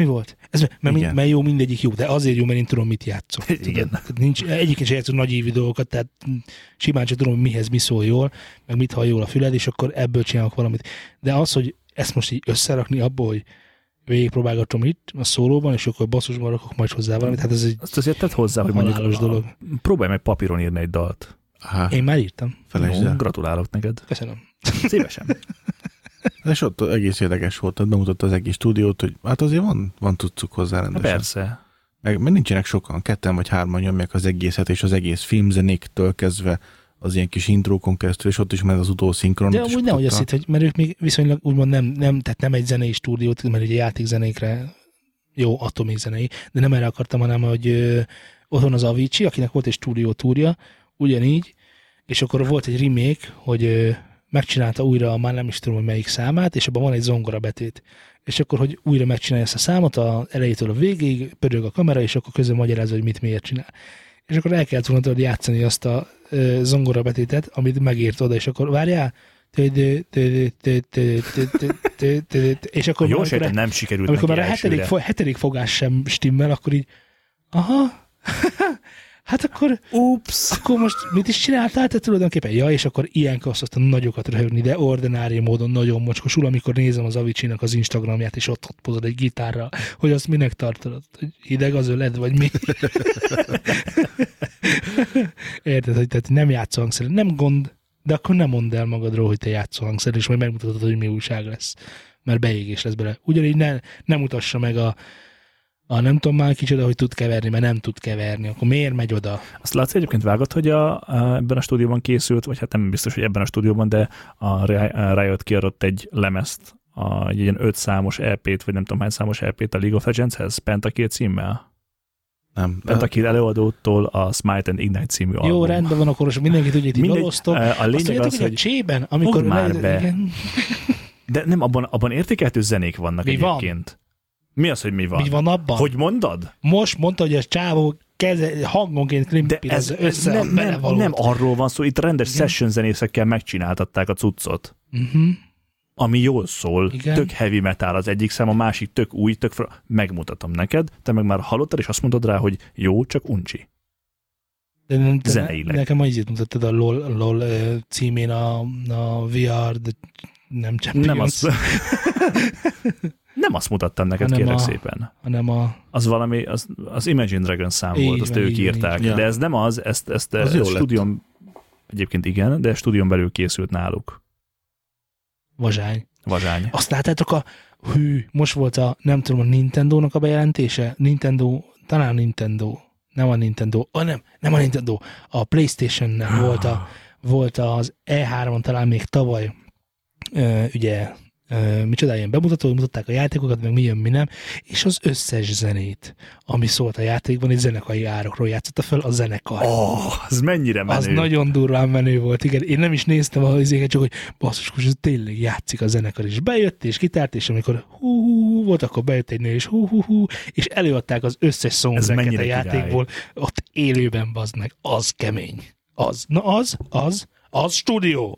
Mert jó, mindegyik jó, de azért jó, mert én tudom, mit játszok. Igen. Egyébként sem játszok nagy ívű dolgokat, tehát simán csak tudom, hogy mihez mi szól jól, meg mit hall jól a füled, és akkor ebből csinálok valamit. De az, hogy ezt most így összerakni abból, hogy végigpróbálgatom itt a szólóban, és akkor basszusban rakok majd hozzá valamit, hát ez egy azt azért tedd hozzá, hogy mondjuk dolog. Próbálj meg papíron írni egy dalt. Aha. Én már írtam. Gratulálok neked. Köszönöm. Szívesen. És ott egész érdekes volt, tehát bemutatta az egész stúdiót, hogy hát azért van tudcuk hozzá rendesen. Persze. Meg nincsenek sokan, 2 vagy 3 nyomják az egészet, és az egész filmzenéktől kezdve az ilyen kis intrókon keresztül, és ott is már az utószinkron. De amúgy nehogy azt hitt, hogy mert ők még viszonylag úgymond tehát nem egy zenei stúdiót, mert ugye játékzenékre jó, attól még zenei, de nem erre akartam, hanem hogy ott van az Avicii, akinek volt egy stúdió túrja, ugyanígy, és akkor volt egy remake, hogy megcsinálta újra, már nem is tudom, hogy melyik számát, és abban van egy zongora betét. És akkor, hogy újra megcsinálja ezt a számot, az elejétől a végéig, pörög a kamera, és akkor közben magyarázza, hogy mit miért csinál. És akkor el kellett volna játszani azt a zongora betétet, amit megírt oda, és akkor várjál, és akkor jó sejtem, nem sikerült amikor neki már a hetedik fogás sem stimmel, akkor így aha, Hát akkor most mit is csináltál te tulajdonképpen? Ja, és akkor ilyenkor azt nagyokat röhögni, de ordinári módon nagyon mocskosul, amikor nézem az Avicii-nak az Instagramját, és ott pozod egy gitárral, hogy azt minek tartod? Hogy hideg az öled, vagy mi? Érted, hogy tehát nem játszol hangszerrel, nem gond, de akkor nem mondd el magadról, hogy te játszol hangszerrel, és majd megmutatod, hogy mi újság lesz. Mert beégés lesz bele. Ugyanígy ne mutassa meg a nem tudom már kicsoda, hogy tud keverni, mert nem tud keverni, akkor miért megy oda? Azt Laci egyébként vágott, hogy ebben a stúdióban készült, vagy hát nem biztos, hogy ebben a stúdióban, de a Riot kiadott egy lemezt, egy ilyen 5 számos EP-t, vagy nem tudom hány számos EP-t a League of Legends-hez, Pentakill címmel. Nem. Pentakill előadótól a Smite and Ignite című album. Jó, rendben van, akkor mindenki tudja, hogy dolgoztok. A lényeg az, hogy a csében, amikor... már be. Igen. De nem, abban értékelhető zenék vannak mi egyébként. Van? Mi az, hogy mi van? Mi van abban? Hogy mondod? Most mondta, hogy a csávó hangonként klimpirez össze nem arról van szó, itt rendes session zenészekkel megcsináltatták a cuccot. Ami jól szól, igen. Tök heavy metal az egyik szám, a másik tök új, megmutatom neked, te meg már hallottad, és azt mondod rá, hogy jó, csak uncsi. De nekem ma ízét mutattad a LOL címén a VR, de nem Champions. Nem azt mutattam neked, kérlek szépen. Hanem az valami, az Imagine Dragons szám volt, azt ők írták. De ez nem az, ezt stúdión, egyébként igen, de stúdión belül készült náluk. Vazány. Azt láttátok most volt nem tudom, a Nintendo-nak a bejelentése? Nem a Nintendo, nem a Nintendo, a PlayStation-nek volt az E3-on talán még tavaly, ugye, micsoda, ilyen bemutató, mutatták a játékokat, meg mi jön, mi nem, és az összes zenét, ami szólt a játékban, egy zenekari árokról játszotta fel a zenekar. Az mennyire menő. Az nagyon durván menő volt, igen. Én nem is néztem a izéket, csak hogy basszus, hogy tényleg játszik a zenekar, és bejött, és kitárt, és amikor hú volt, akkor bejött egy nő, és hú, és előadták az összes soundtracket a játékból, ott élőben, bazd meg, az kemény. Az stúdió.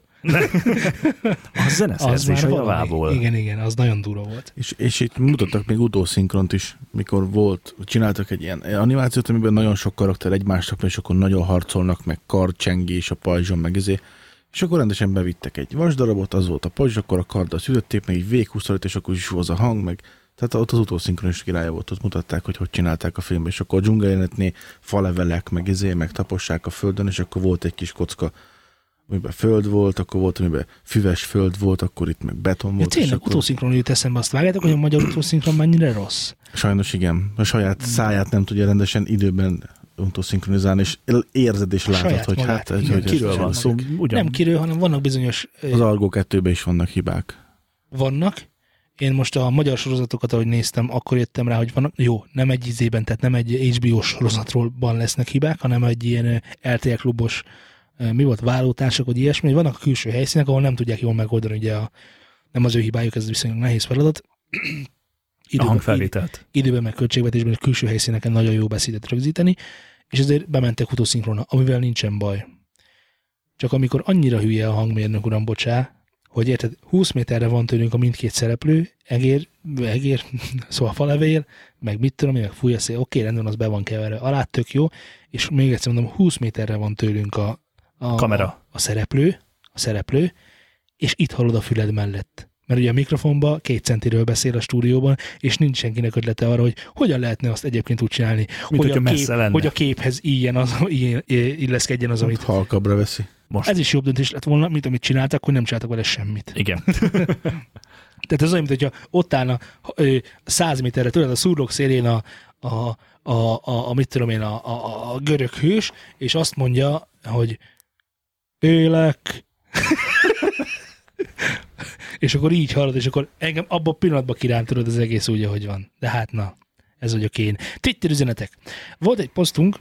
A zeneszerzés a javából. Igen, az nagyon durva volt. És itt mutattak még utószinkront is, mikor csináltak egy ilyen animációt, amiben nagyon sok karakter egymásnak, és akkor nagyon harcolnak, meg kardcsengés a pajzson, meg és akkor rendesen bevittek egy vasdarabot, az volt a pajzs, akkor a karddal szütötték, meg egy véghúszolat, és akkor is volt a hang, meg tehát ott az utószinkron is királya volt, ott mutatták, hogy csinálták a filmbe, és akkor a dzsungeljelenetnél falevelek, meg tapossák a földön, és akkor volt egy kis kocka, amiben föld volt, akkor volt, amiben füves föld volt, akkor itt meg beton volt. Tényleg akkor... utószinkron jut eszembe, azt vágjátok, hogy a magyar utószinkron mennyire rossz? Sajnos igen. A saját száját nem tudja rendesen időben utószinkronizálni, és érzed és látod, hogy magát, hát... Igen, kiről van szó? Nem kiről, hanem vannak bizonyos... Az Argo 2-ben is vannak hibák. Vannak. Én most a magyar sorozatokat, ahogy néztem, akkor jöttem rá, hogy vannak, jó, nem egy izében, tehát nem egy HBO sorozatról lesznek hibák, hanem egy ilyen RTL klubos mi volt, vállótársak, vagy ilyesmi, hogy vannak a külső helyszínek, ahol nem tudják jól megoldani, ugye nem az ő hibájuk, ez viszonylag nehéz feladat. A hangfelvételt. Időben meg költségvetésben a külső helyszíneken nagyon jó beszédet rögzíteni, és ezért bementek utószinkrona, amivel nincsen baj. Csak amikor annyira hülye a hangmérnök, uram, bocsá, hogy érted, 20 méterre van tőlünk a mindkét szereplő, egér, szóval falevél, meg mit tudom, meg fúj a szél, oké, rendben, az be van keverve alá, tök jó, és még egyszer mondom, 20 méterre van tőlünk a kamera. A szereplő, és itt hallod a füled mellett. Mert ugye a mikrofonban 2 centiről beszél a stúdióban, és nincs senkinek ötlete arra, hogy hogyan lehetne azt egyébként úgy csinálni, hogy a képhez illeszkedjen az, amit... Halkabbra veszi. Most. Ez is jobb döntés lett volna, mint amit csináltak, hogy nem csináltak vele semmit. Igen. Tehát ez olyan, mint hogyha ott állna 100 méterre tőled a szurlók szélén mit tudom én, a görög hős, és azt mondja, hogy élek. És akkor így hallod, és akkor engem abban a pillanatban kirántolod az egész úgy, ahogy van. De hát na, ez vagyok én. Twitter üzenetek. Volt egy posztunk,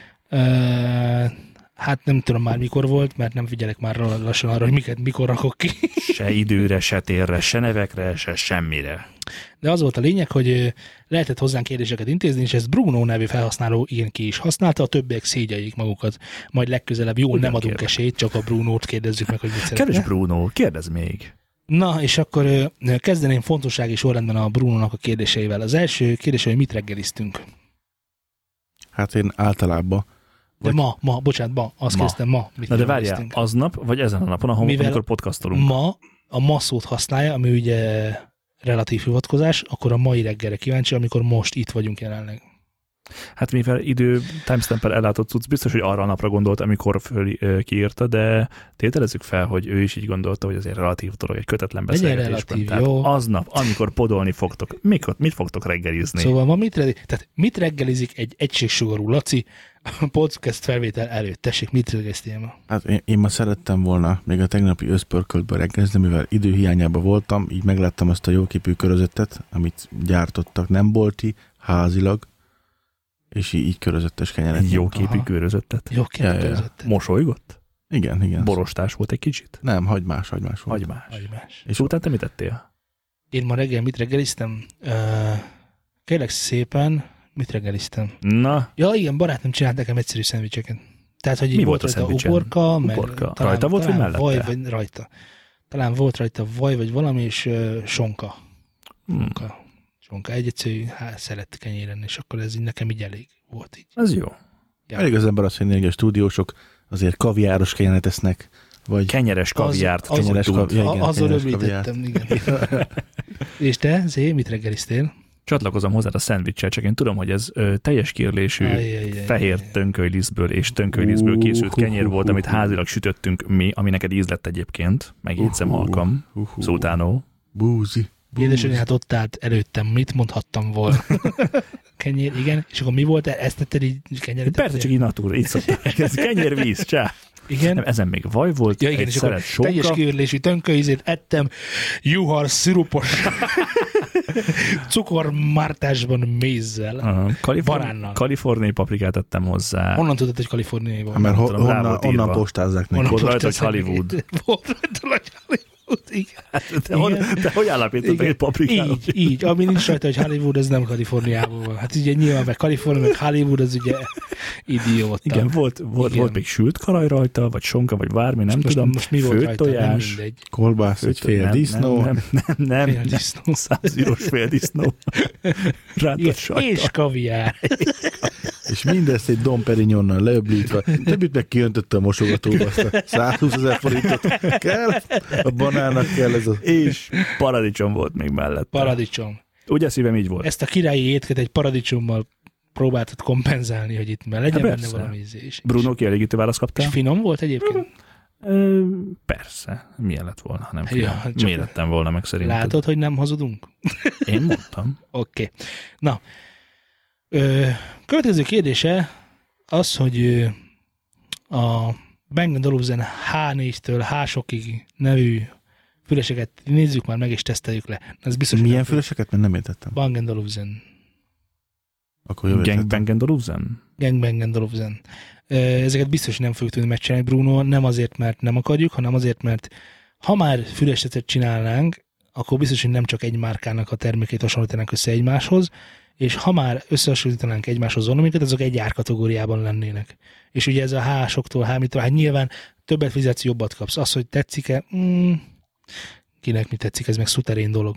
hát nem tudom már mikor volt, mert nem figyelek már lassan arra, hogy mikor rakok ki. Se időre, se térre, se nevekre, se semmire. De az volt a lényeg, hogy lehetett hozzánk kérdéseket intézni, és ezt Bruno nevű felhasználó ilyen ki is használta, a többiek szégyeljék magukat. Majd legközelebb jól nem adunk esélyt, csak a Brunót kérdezzük meg, hogy mit szeretne. Kedves Bruno, kérdezz még. Na, és akkor kezdeném fontossági sorrendben a Brunónak a kérdéseivel. Az első kérdés, hogy mit reggeliztünk? Hát én általában De bocsánat, azt kezdtem ma. Na de várjál, aznap, vagy ezen a napon, amikor podcastolunk? Ma a ma szót használja, ami ugye relatív hivatkozás, akkor a mai reggelre kíváncsi, amikor most itt vagyunk jelenleg. Hát mivel idő timestamp-el ellátott cucc, biztos, hogy arra a napra gondolt, amikor kiírta, de tételezzük fel, hogy ő is így gondolta, hogy azért relatív dolog egy kötetlen beszélgetésben. Tehát aznap, amikor podolni fogtok, mit fogtok reggelizni? Szóval ma mit reggelizik egy egységsugarú Laci a podcast felvétel előtt? Tessék, mit reggeliztél ma? Hát én ma szerettem volna még a tegnapi összpörköltbe reggelizni, mivel időhiányában voltam, így megláttam azt a jóképű körözetet, amit gyártottak, nem bolti, házilag, és így körözöttes kenyeret. Jóképű körözöttet. Jóképű körözöttet. Mosolygott? Igen. Borostás volt egy kicsit? Nem, hagymás volt. Hagymás. És utána te mit tettél? Én ma reggel mit reggeliztem? Kérlek szépen, mit reggeliztem? Na? Ja, igen, barátom csinált nekem egyszerű szendvicseket. Tehát, hogy mi volt a rajta uborka, meg rajta volt, vagy mellette? Vaj, vagy rajta. Talán volt rajta vaj, vagy valami, és sonka. Sonka. Egy egyszerű szelet kenyéren, és akkor ez így nekem így elég volt így. Ez jó. Ja. Elég az ember azt mondja, hogy a stúdiósok azért kaviáros kenyeret esznek, vagy kenyeres kaviárt. Azzal rövidítettem, igen. És te, Zé, mit reggeliztél? Csatlakozom hozzád a szendvicssel, csak én tudom, hogy ez teljes kérlésű fehér tönkölylisztből és tönkölylisztből készült kenyér volt, amit házilag sütöttünk mi, ami neked íz lett egyébként. Megjegyzem halkam. Szultánó. Búzi. Édesanyja, hát ott állt előttem, mit mondhattam volna? Kenyér, igen. És akkor mi volt? Ezt tetted így kenyeret? Persze, csak így natúr, így szokták. Ez kenyérvíz, csá. Igen. Nem, ezen még vaj volt, igen, egy szelet sonka. Teljes kiörlésű tönkölyzét ettem, juhar szirupos cukormártásban mézzel, baránnal. Kaliforniai paprikát ettem hozzá. Honnan tudod, hogy kaliforniai van? Mert onnan postázzák neki. Volt rajta, hogy Hollywood. Volt rajta, hogy Hollywood. Igen. De hogy állapítottak egy paprikára? Így. Ami nincs rajta, hogy Hollywood, ez nem Kaliforniában van. Hát ugye nyilván meg Kalifornia, meg Hollywood, az ugye idióta. Igen, volt még sült karaj rajta, vagy sonka, vagy bármi, nem tudom. Most mi volt rajta, tojás, nem mindegy. Kolbász, egy fél disznó. Nem. Fél disznó. 100 eurós fél disznó. Rántott sajta. És kaviár. És mindezt egy Dom Perignonnal leöblítve. Többit meg kiöntötte a mosogatóba, azt a 120 000 forintot kell. A banánnak kell ez a... És paradicsom volt még mellett. Paradicsom. Ugye szívem így volt. Ezt a királyi étket egy paradicsommal próbáltad kompenzálni, hogy itt már legyen benne valami ízés. Bruno, kielégítő választ kaptál? És finom volt egyébként? Persze. Milyen lett volna, ha nem ja, miért lettem volna meg szerinted? Látod, hogy nem hazudunk? Én mondtam. Oké. Na, következő kérdése az, hogy a Bang & Olufsen H4-től H-sokig nevű füleseket nézzük már meg és teszteljük le. Ez biztos, milyen füleseket? Mert nem értettem. Bang & Olufsen. Akkor Bang & Olufsen? Bang & Olufsen. Ezeket biztos nem fogjuk tudni megcsinálni, Bruno, nem azért, mert nem akarjuk, hanem azért, mert ha már fülesetet csinálnánk, akkor biztos, hogy nem csak egy márkának a termékét hasonlítanánk össze egymáshoz, és ha már összehasonlítanánk egymáshoz valamiket, azok egy árkategóriában lennének. És ugye ez a H-soktól H-mitől, hát nyilván többet fizetsz, jobbat kapsz. Az, hogy tetszik-e, kinek mi tetszik, ez meg szuterén dolog.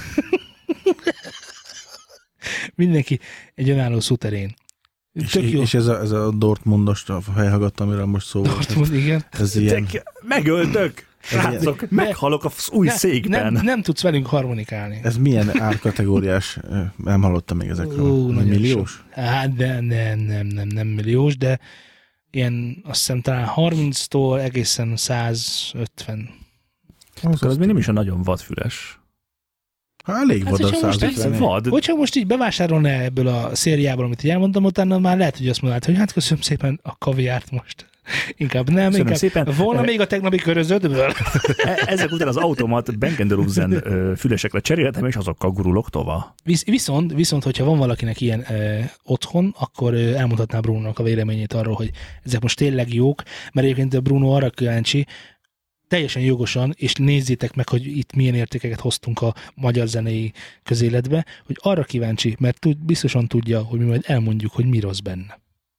Mindenki egy önálló szuterén. És ez a Dortmundos fejhallgat, amiről most szó volt. Dortmund, igen. Ez ilyen... Megöltök! Srácok, meghalok az új székben. Nem tudsz velünk harmonikálni. Ez milyen árkategóriás? Nem hallottam még ezekről. Milliós? Hát nem milliós, de ilyen azt hiszem talán 30-tól egészen 150. Akkor az még nem is a nagyon vadfüles. Elég vad a 150. Hogyha most így bevásárolna ebből a szériából, amit így elmondtam, utána már lehet, hogy azt mondanád, hogy hát köszönöm szépen a kaviárt most. Inkább nem, köszönöm inkább szépen. Volna még a tegnapi körözödből. Ezek után az automat Bang & Olufsen fülesekre cserélhetem, és azokkal gurulok tovább. Viszont, hogyha van valakinek ilyen otthon, akkor elmondhatná Bruno-nak a véleményét arról, hogy ezek most tényleg jók, mert egyébként Bruno arra kíváncsi, teljesen jogosan, és nézzétek meg, hogy itt milyen értékeket hoztunk a magyar zenei közéletbe, hogy arra kíváncsi, mert biztosan tudja, hogy mi majd elmondjuk, hogy mi rossz benne.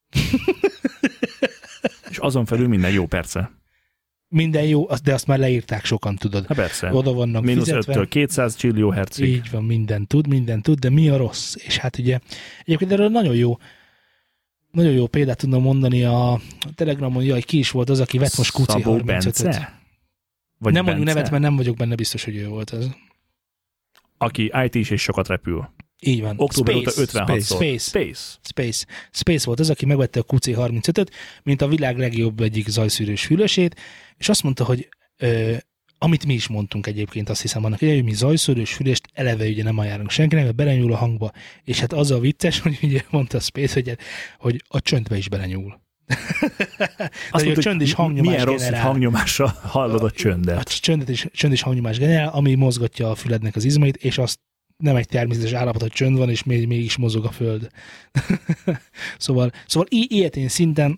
És azon felül minden jó, perce. Minden jó, de azt már leírták sokan, tudod. Ha persze. Oda vannak Mínusz fizetve. 5-től 200 csillió hercig. Így van, minden tud, de mi a rossz? És hát ugye, egyébként erről nagyon jó Nagyon jó példát tudnom mondani a Telegramon, ki is volt az, aki vett most Kuci Szabó 35-öt. Bence? Vagy Nem Bence? mondjuk nevet, mert nem vagyok benne biztos, hogy ő volt ez. Aki IT-s és sokat repül. Így van. Október óta 56-szor. Space volt az, aki megvette a QC35-öt, mint a világ legjobb egyik zajszűrős fülesét, és azt mondta, hogy amit mi is mondtunk egyébként, azt hiszem annak, hogy mi zajszűrős fülest eleve ugye nem ajánlunk senkinek, mert belenyúl a hangba. És hát az a vicces, hogy ugye mondta a Space, hogy a csöndbe is belenyúl. Azt mondta, a csönd is hangnyomás milyen rossz, hogy hangnyomásra hallod a csöndet. A csönd is hangnyomás generál, ami mozgatja a fülednek az izmait, és azt nem egy természetes állapot, hogy csönd van, és mégis mozog a föld. szóval ilyetén szinten...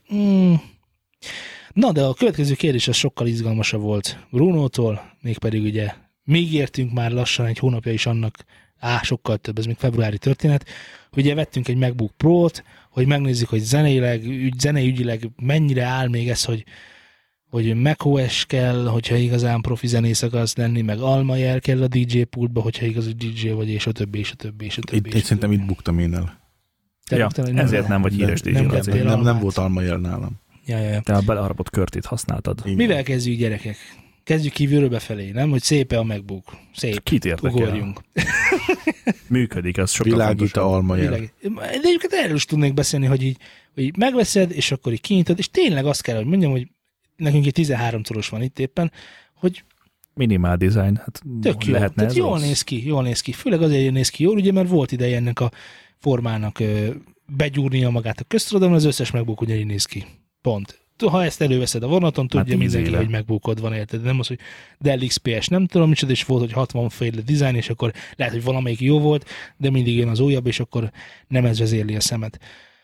Na, de a következő kérdés az sokkal izgalmasabb volt Brunótól, mégpedig ugye még értünk már lassan egy hónapja is annak, sokkal több, ez még februári történet, hogy ugye vettünk egy MacBook Pro-t, hogy megnézzük, hogy zenei ügyileg mennyire áll még ez, hogy macOS kell, hogyha igazán profi zenész akarsz lenni, meg almajel kell a DJ pultba, hogyha igaz, hogy DJ vagy, és a többi. Itt szerintem itt buktam én el. Ezért nem vagy híres DJ. Nem volt almajel nálam. Ja. Te a beleharapott körtét használtad. Igen. Mivel kezdjük, gyerekek? Kezdjük kívülről befelé, nem? Hogy szép-e a MacBook. Szép. Kit érdekel? Ugorjunk. Működik, ez sokkal Világít a almajel. De egyébként erről is tudnék beszélni, hogy így megveszed, és akkor így kinyitod, és tényleg azt kell, hogy mondjam, hogy nekünk egy 13 colos van itt éppen, hogy minimál design, hát tök jó. Lehetne Tehát ez jól néz ki. Főleg azért néz ki jól, ugye, mert volt ideje ennek a formának begyúrnia magát a köztudatban, az összes MacBook ugyanígy néz ki. Pont. Ha ezt előveszed a vonaton, tudja mindenki, hogy MacBookod van, érted? Nem az, hogy Dell XPS nem tudom micsoda, és volt, hogy 60 féle design, és akkor lehet, hogy valamelyik jó volt, de mindig jön az újabb, és akkor nem ez vezérli a szemet.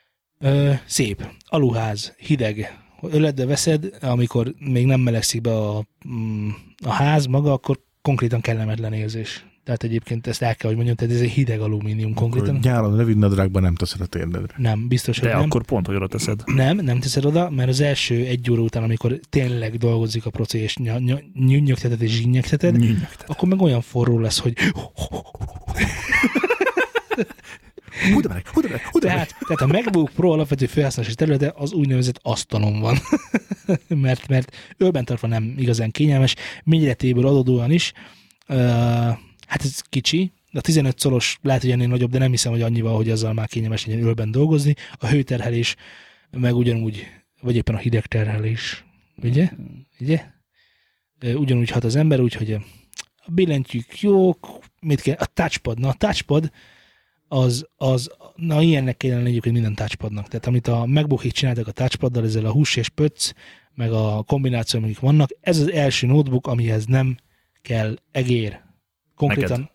Szép. Aluház, hideg. Öletbe veszed, amikor még nem melegszik be a ház maga, akkor konkrétan kellemetlen érzés. Tehát egyébként ezt el kell, hogy mondjam, tehát ez egy hideg alumínium konkrétan. Akkor nyáron rövid nadrágban nem teszed a térdedre. Nem, biztos, hogy de nem. akkor pont, hogy oda teszed. Nem teszed oda, mert az első 1 óra után, amikor tényleg dolgozik a proci, és nyünyögteted és zsínyegteted, akkor meg olyan forró lesz, hogy Tehát a MacBook Pro alapvető felhasználási területe az úgynevezett asztalon van. mert ölben tartva nem igazán kényelmes, méretéből adódóan is. Hát ez kicsi, a 15 szoros lehet, hogy ennél nagyobb, de nem hiszem, hogy annyival, hogy azzal már kényelmes legyen ölben dolgozni. A hőterhelés meg ugyanúgy, vagy éppen a hideg terhelés, ugye? Ugyanúgy hat az ember, úgyhogy a billentyűk jók, mit kell, a touchpad na ilyennek kellene egyébként minden touchpadnak. Tehát amit a MacBook-ék csináltak a touchpaddal, ezzel a hús és pöcc, meg a kombináció, amik vannak, ez az első notebook, amihez nem kell egér. Konkrétan neked?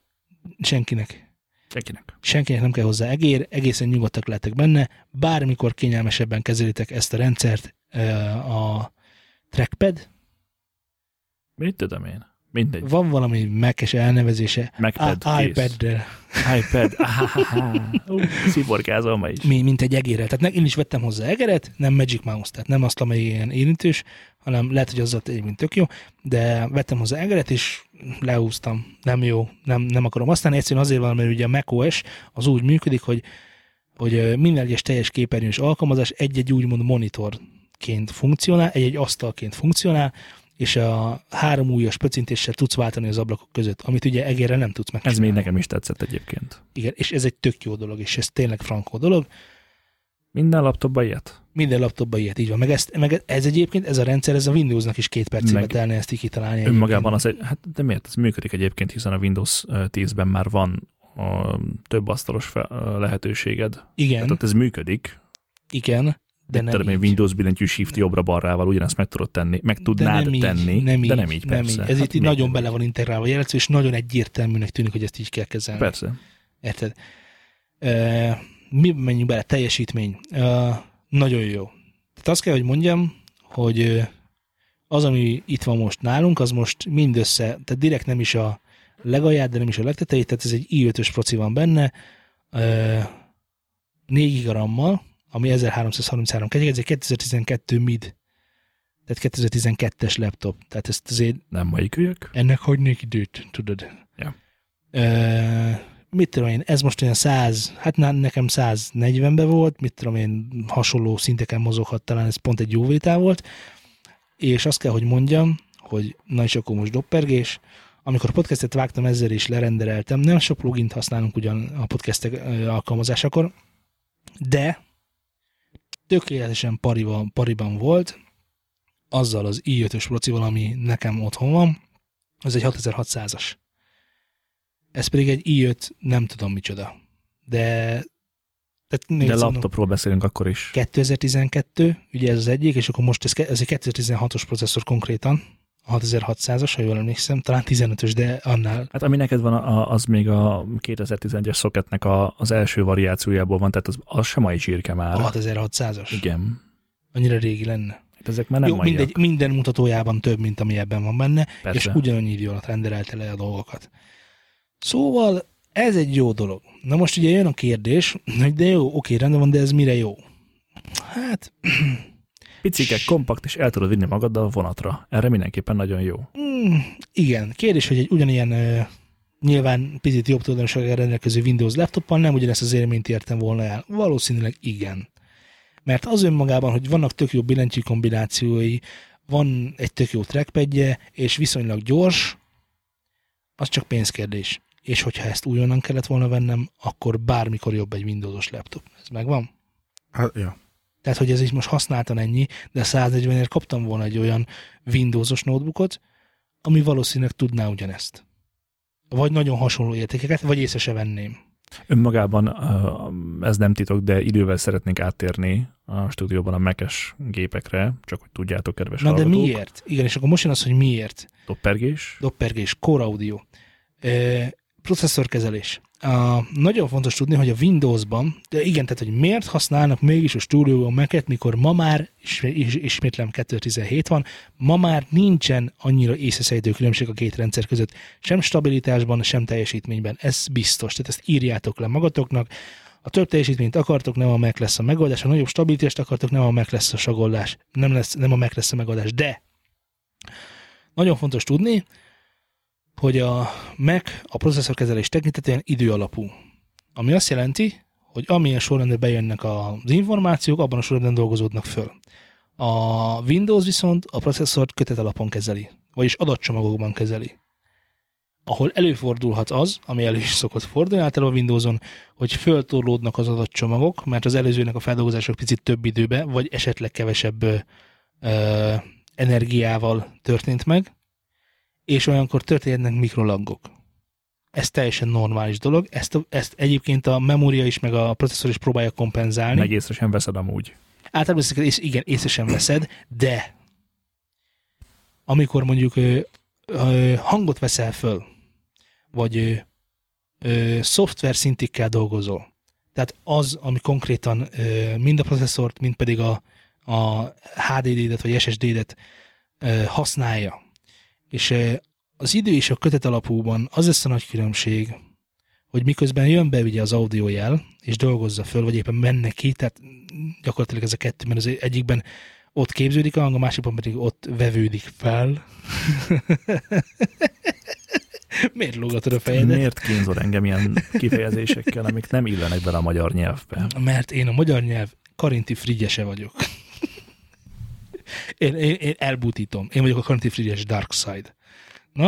Senkinek nem kell hozzá egér, egészen nyugodtak lehetek benne, bármikor kényelmesebben kezelitek ezt a rendszert, a trackpad. Mit tudom én? Mindegy. Van valami Mac-es elnevezése. iPad-del. iPad. Sziborgázol ma is. Mint egy egérrel. Tehát én is vettem hozzá egeret, nem Magic Mouse, tehát nem azt, amely ilyen érintős, hanem lehet, hogy azzal egyébként tök jó, de vettem hozzá egeret, és lehúztam. Nem jó, nem akarom. Aztán egyszerűen azért van, mert ugye a macOS az úgy működik, hogy minden egyes teljes képernyős alkalmazás egy-egy úgymond monitorként funkcionál, egy-egy asztalként funkcionál, és a 3 ujjas pöcintéssel tudsz váltani az ablakok között, amit ugye egérrel nem tudsz megcsinálni. Ez még nekem is tetszett egyébként. Igen, és ez egy tök jó dolog, és ez tényleg frankó dolog. Minden laptopban ilyet? Minden laptopban ilyet, így van. Meg ez egyébként, ez a rendszer, ez a Windowsnak is 2 percébe telne ezt így kitalálni. Önmagában az hát de miért? Ez működik egyébként, hiszen a Windows 10-ben már van a több asztalos lehetőséged. Igen. Tehát ott ez működik. Igen. De nem így. Windows billentyű shift jobbra-balrával ugyanezt meg tudod tenni, meg tudnád tenni, de nem így, persze. Ez itt nagyon bele van integrálva a jelentő, és nagyon egyértelműnek tűnik, hogy ezt így kell kezelni. Persze. Érted? Mi menjünk bele? Teljesítmény. Nagyon jó. Tehát azt kell, hogy mondjam, hogy az, ami itt van most nálunk, az most mindössze, tehát direkt nem is a legalját, de nem is a legtetejét, tehát ez egy i5-ös proci van benne, 4 GB RAM-mal, ami 1333 kegyeg, ez egy 2012 mid, tehát 2012-es laptop. Tehát ezt azért... Nem mai kölyök? Ennek hagynék időt, tudod. Ja. mit tudom én, ez most olyan 100, hát nekem 140-ben volt, mit tudom én, hasonló szinteken mozoghat, talán ez pont egy jó vétel volt, és azt kell, hogy mondjam, hogy na és akkor most doppergés, amikor a podcastet vágtam, ezzel is lerendereltem, nem sok plugint használunk ugyan a podcastek alkalmazásakor, de tökéletesen pariban volt, azzal az i5-ös procival, ami nekem otthon van, az egy 6600-as. Ez pedig egy i5, nem tudom micsoda. De laptopról beszélünk akkor is. 2012, ugye ez az egyik, és akkor most ez egy 2016-os processzor konkrétan, a 6600-as, ha jól emlékszem, talán 15-ös, de annál. Hát ami neked van, az még a 2011-es Socketnek az első variációjából van, tehát az sem mai zsírke már. A 6600-as? Igen. Annyira régi lenne. Hát ezek már nem jó, maiak. Minden mutatójában több, mint ami ebben van benne, Persze. és ugyanannyi idő alatt renderelte le a dolgokat. Szóval ez egy jó dolog. Na most ugye jön a kérdés, hogy de jó, oké, rendben van, de ez mire jó? Hát... Picike, kompakt, és el tudod vinni magaddal a vonatra. Erre mindenképpen nagyon jó. Igen. Kérdés, hogy egy ugyanilyen nyilván picit jobb tulajdonsággal rendelkező Windows laptoppal nem ugyanezt az élményt értem volna el. Valószínűleg igen. Mert az önmagában, hogy vannak tök jó billentyű kombinációi, van egy tök jó trackpadje, és viszonylag gyors, az csak pénzkérdés. És hogyha ezt újonnan kellett volna vennem, akkor bármikor jobb egy Windowsos laptop. Ez megvan? Hát, ja. Tehát, hogy ez így most használtan ennyi, de 140-ért kaptam volna egy olyan Windowsos notebookot, ami valószínűleg tudná ugyanezt. Vagy nagyon hasonló értékeket, vagy észre se venném. Önmagában ez nem titok, de idővel szeretnénk áttérni a stúdióban a Mac-es gépekre, csak hogy tudjátok, kedves hallgatók. De miért? Igen, és akkor most jön az, hogy miért. Doppergés, Core Audio. Processzorkezelés. Nagyon fontos tudni, hogy a Windowsban, de igen, tehát hogy miért használnak mégis a stúdióban Mac-et, mikor ma már, ismétlem 2017 van, ma már nincsen annyira észreszedhető különbség a két rendszer között, sem stabilitásban, sem teljesítményben. Ez biztos, tehát ezt írjátok le magatoknak. A több teljesítményt akartok, nem a Mac lesz a megoldás, a nagyobb stabilitást akartok, nem a Mac lesz a sagoldás, nem a Mac lesz a megoldás, de nagyon fontos tudni, hogy a Mac a processzorkezelés tekintetében időalapú. Ami azt jelenti, hogy amilyen sorrendben bejönnek az információk, abban a sorrendben dolgozódnak föl. A Windows viszont a processzort kötet alapon kezeli, vagyis adatcsomagokban kezeli. Ahol előfordulhat az, ami elő is szokott fordulni általában a Windowson, hogy föltorlódnak az adatcsomagok, mert az előzőnek a feldolgozások picit több időbe, vagy esetleg kevesebb energiával történt meg, és olyankor történnek mikrolaggok. Ez teljesen normális dolog. Ezt egyébként a memória is, meg a processzor is próbálja kompenzálni. Meg észre sem veszed amúgy. Általában igen, észre sem veszed, de amikor mondjuk hangot veszel föl, vagy szoftver szintikkel dolgozol, tehát az, ami konkrétan mind a processzort, mind pedig a HDD-det vagy SSD-det használja, és az idő és a kötet alapúban az lesz a nagy különbség, hogy miközben jön be ugye az audiójel, és dolgozza föl, vagy éppen menne ki, tehát gyakorlatilag ez a kettő, mert az egyikben ott képződik a hang, a másikban pedig ott vevődik fel. Miért lógatod a fejedet? Miért kínzol engem ilyen kifejezésekkel, amik nem illenek bele a magyar nyelvbe? Mert én a magyar nyelv Karinti Frigyese vagyok. Én elbutítom. Én vagyok a Karinti Frigyes Dark Side. Na?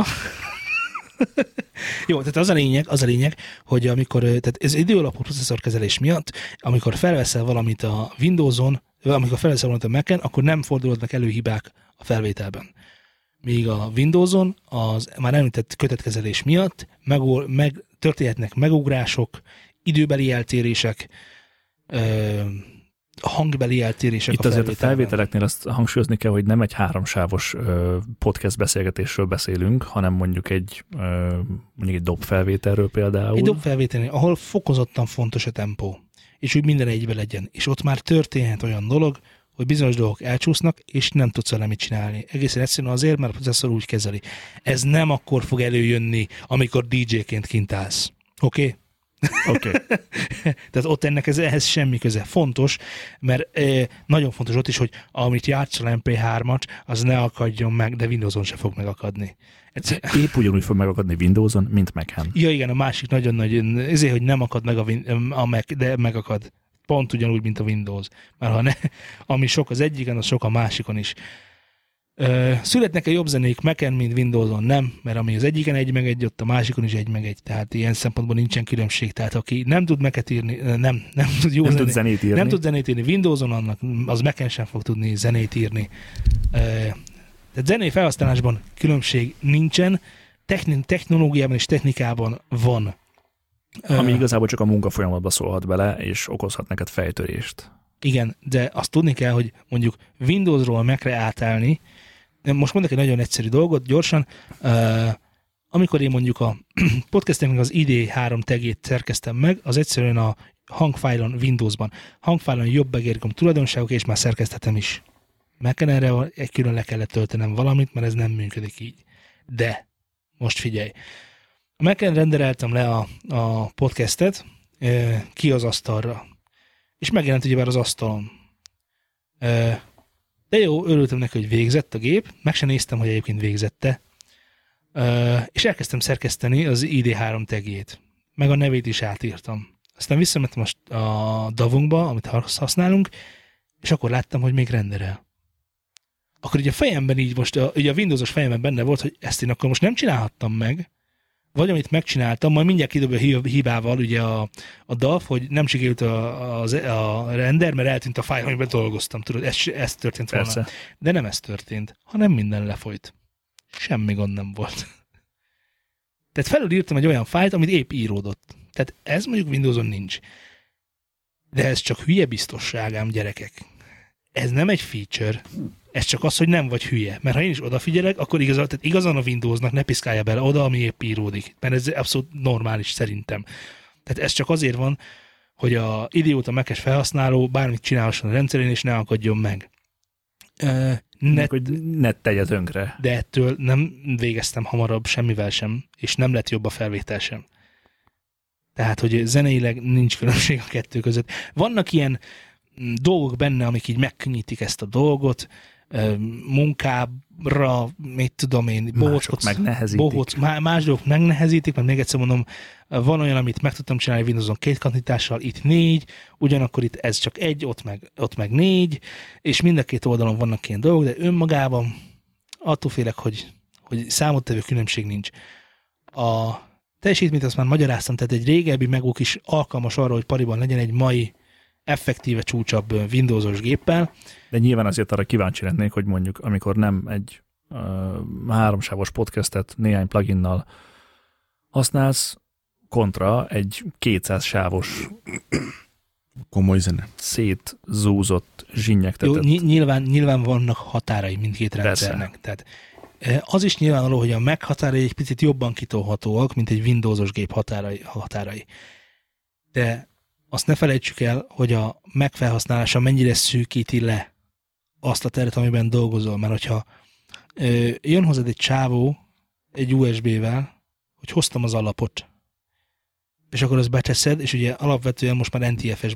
Jó, tehát az a lényeg, hogy amikor, tehát ez időalapú processzorkezelés miatt, amikor felveszel valamit a Windowson, amikor felveszel valamit a Mac-en, akkor nem fordulhatnak elő hibák a felvételben. Míg a Windowson az már említett kötetkezelés miatt történhetnek megugrások, időbeli eltérések, hangbeli eltérések. Itt azért a felvételeknél azt hangsúlyozni kell, hogy nem egy 3-sávos podcast beszélgetésről beszélünk, hanem mondjuk egy dobfelvételről például. Egy dobfelvételnél, ahol fokozottan fontos a tempó, és úgy minden egybe legyen. És ott már történhet olyan dolog, hogy bizonyos dolgok elcsúsznak, és nem tudsz vele mit csinálni. Egészen egyszerűen azért, mert a processzor úgy kezeli. Ez nem akkor fog előjönni, amikor DJ-ként kint állsz. Oké? Oké. Tehát ott ennek ehhez semmi köze. Fontos, mert nagyon fontos ott is, hogy amit játszol MP3-at, az ne akadjon meg, de Windowson se fog megakadni. Épp ugyanúgy fog megakadni Windowson, mint Mac-en. Ja igen, a másik nagyon nagy, ezért, hogy nem akad meg a Mac, de megakad. Pont ugyanúgy, mint a Windows. Mert ha ne, ami sok az egyiken, az sok a másikon is. Születnek-e jobb zenék Mac-en, mint Windowson? Nem, mert ami az egyiken 1/1, ott a másikon is 1/1. Tehát ilyen szempontból nincsen különbség. Tehát aki nem tud Mac-et írni, nem tud zenét írni. Nem tud zenét írni Windowson, annak az Mac-en sem fog tudni zenét írni. Tehát zenei felhasználásban különbség nincsen, technológiában és technikában van. Ami igazából csak a munkafolyamatba szólhat bele, és okozhat neked fejtörést. Igen, de azt tudni kell, hogy mondjuk Windowsról Macre átállni, most mondok egy nagyon egyszerű dolgot, gyorsan, amikor én mondjuk a podcasteknek az ID3 tagét szerkeztem meg, az egyszerűen a hangfájlon Windowsban. Hangfájlon jobb begérgom tulajdonságok, és már szerkeztetem is. Macen erre egy külön le kellett töltenem valamit, mert ez nem működik így. De, most figyelj. A Macen rendereltem le a podcastet ki az asztalra. És megjelent ugyebár az asztalon. De jó, örültem neki, hogy végzett a gép, meg sem néztem, hogy egyébként végzette. És elkezdtem szerkeszteni az ID3 tagjét. Meg a nevét is átírtam. Aztán visszamentem a DAW-unkba, amit használunk, és akkor láttam, hogy még renderel. Akkor ugye a fejemben így most, ugye a Windowsos fejemben benne volt, hogy ezt én akkor most nem csinálhattam meg, vagy amit megcsináltam, majd mindjárt kidobja hibával ugye a DAW, hogy nem sikerült a render, mert eltűnt a fájl, amiben dolgoztam. Tudod, ez történt volna. Persze. De nem ez történt, hanem minden lefolyt. Semmi gond nem volt. Tehát felülírtam egy olyan fájlt, amit épp íródott. Tehát ez mondjuk Windowson nincs. De ez csak hülye biztosságám, gyerekek. Ez nem egy feature. Ez csak az, hogy nem vagy hülye. Mert ha én is odafigyelek, akkor igazán a Windowsnak ne piszkálja bele oda, ami épp íródik. Mert ez abszolút normális szerintem. Tehát ez csak azért van, hogy a idióta Mac-es felhasználó bármit csinálhasson a rendszerén, és ne akadjon meg. Hogy ne tegye tönkre. De ettől nem végeztem hamarabb semmivel sem, és nem lett jobb a felvétel sem. Tehát, hogy zeneileg nincs különbség a kettő között. Vannak ilyen dolgok benne, amik így megkönnyítik ezt a dolgot, munkára, mit tudom én, más dolgok megnehezítik, mert még egyszer mondom, van olyan, amit meg tudtam csinálni Windowson 2 kattintással, itt 4, ugyanakkor itt ez csak 1, ott meg 4, és mind a két oldalon vannak ilyen dolgok, de önmagában attól félek, hogy számottevő különbség nincs. A teljesítményt azt már magyaráztam, tehát egy régebbi MacBook is alkalmas arra, hogy pariban legyen egy mai effektíve csúcsabb Windowsos géppel. De nyilván azért arra kíváncsi lennék, hogy mondjuk amikor nem egy 3-sávos podcastet néhány pluginnal használsz, kontra egy 200 sávos komoly zene. Szétzúzott, zsinnyegtetett. Jó, nyilván vannak határai mindkét rendszernek. Tehát az is nyilvánvaló, hogy a Mac határai egy picit jobban kitolhatóak, mint egy Windowsos gép határai. De azt ne felejtsük el, hogy a Mac felhasználása mennyire szűkíti le azt a teret, amiben dolgozol. Mert hogyha jön hozzád egy csávó egy USB-vel, hogy hoztam az alapot, és akkor azt beteszed, és ugye alapvetően most már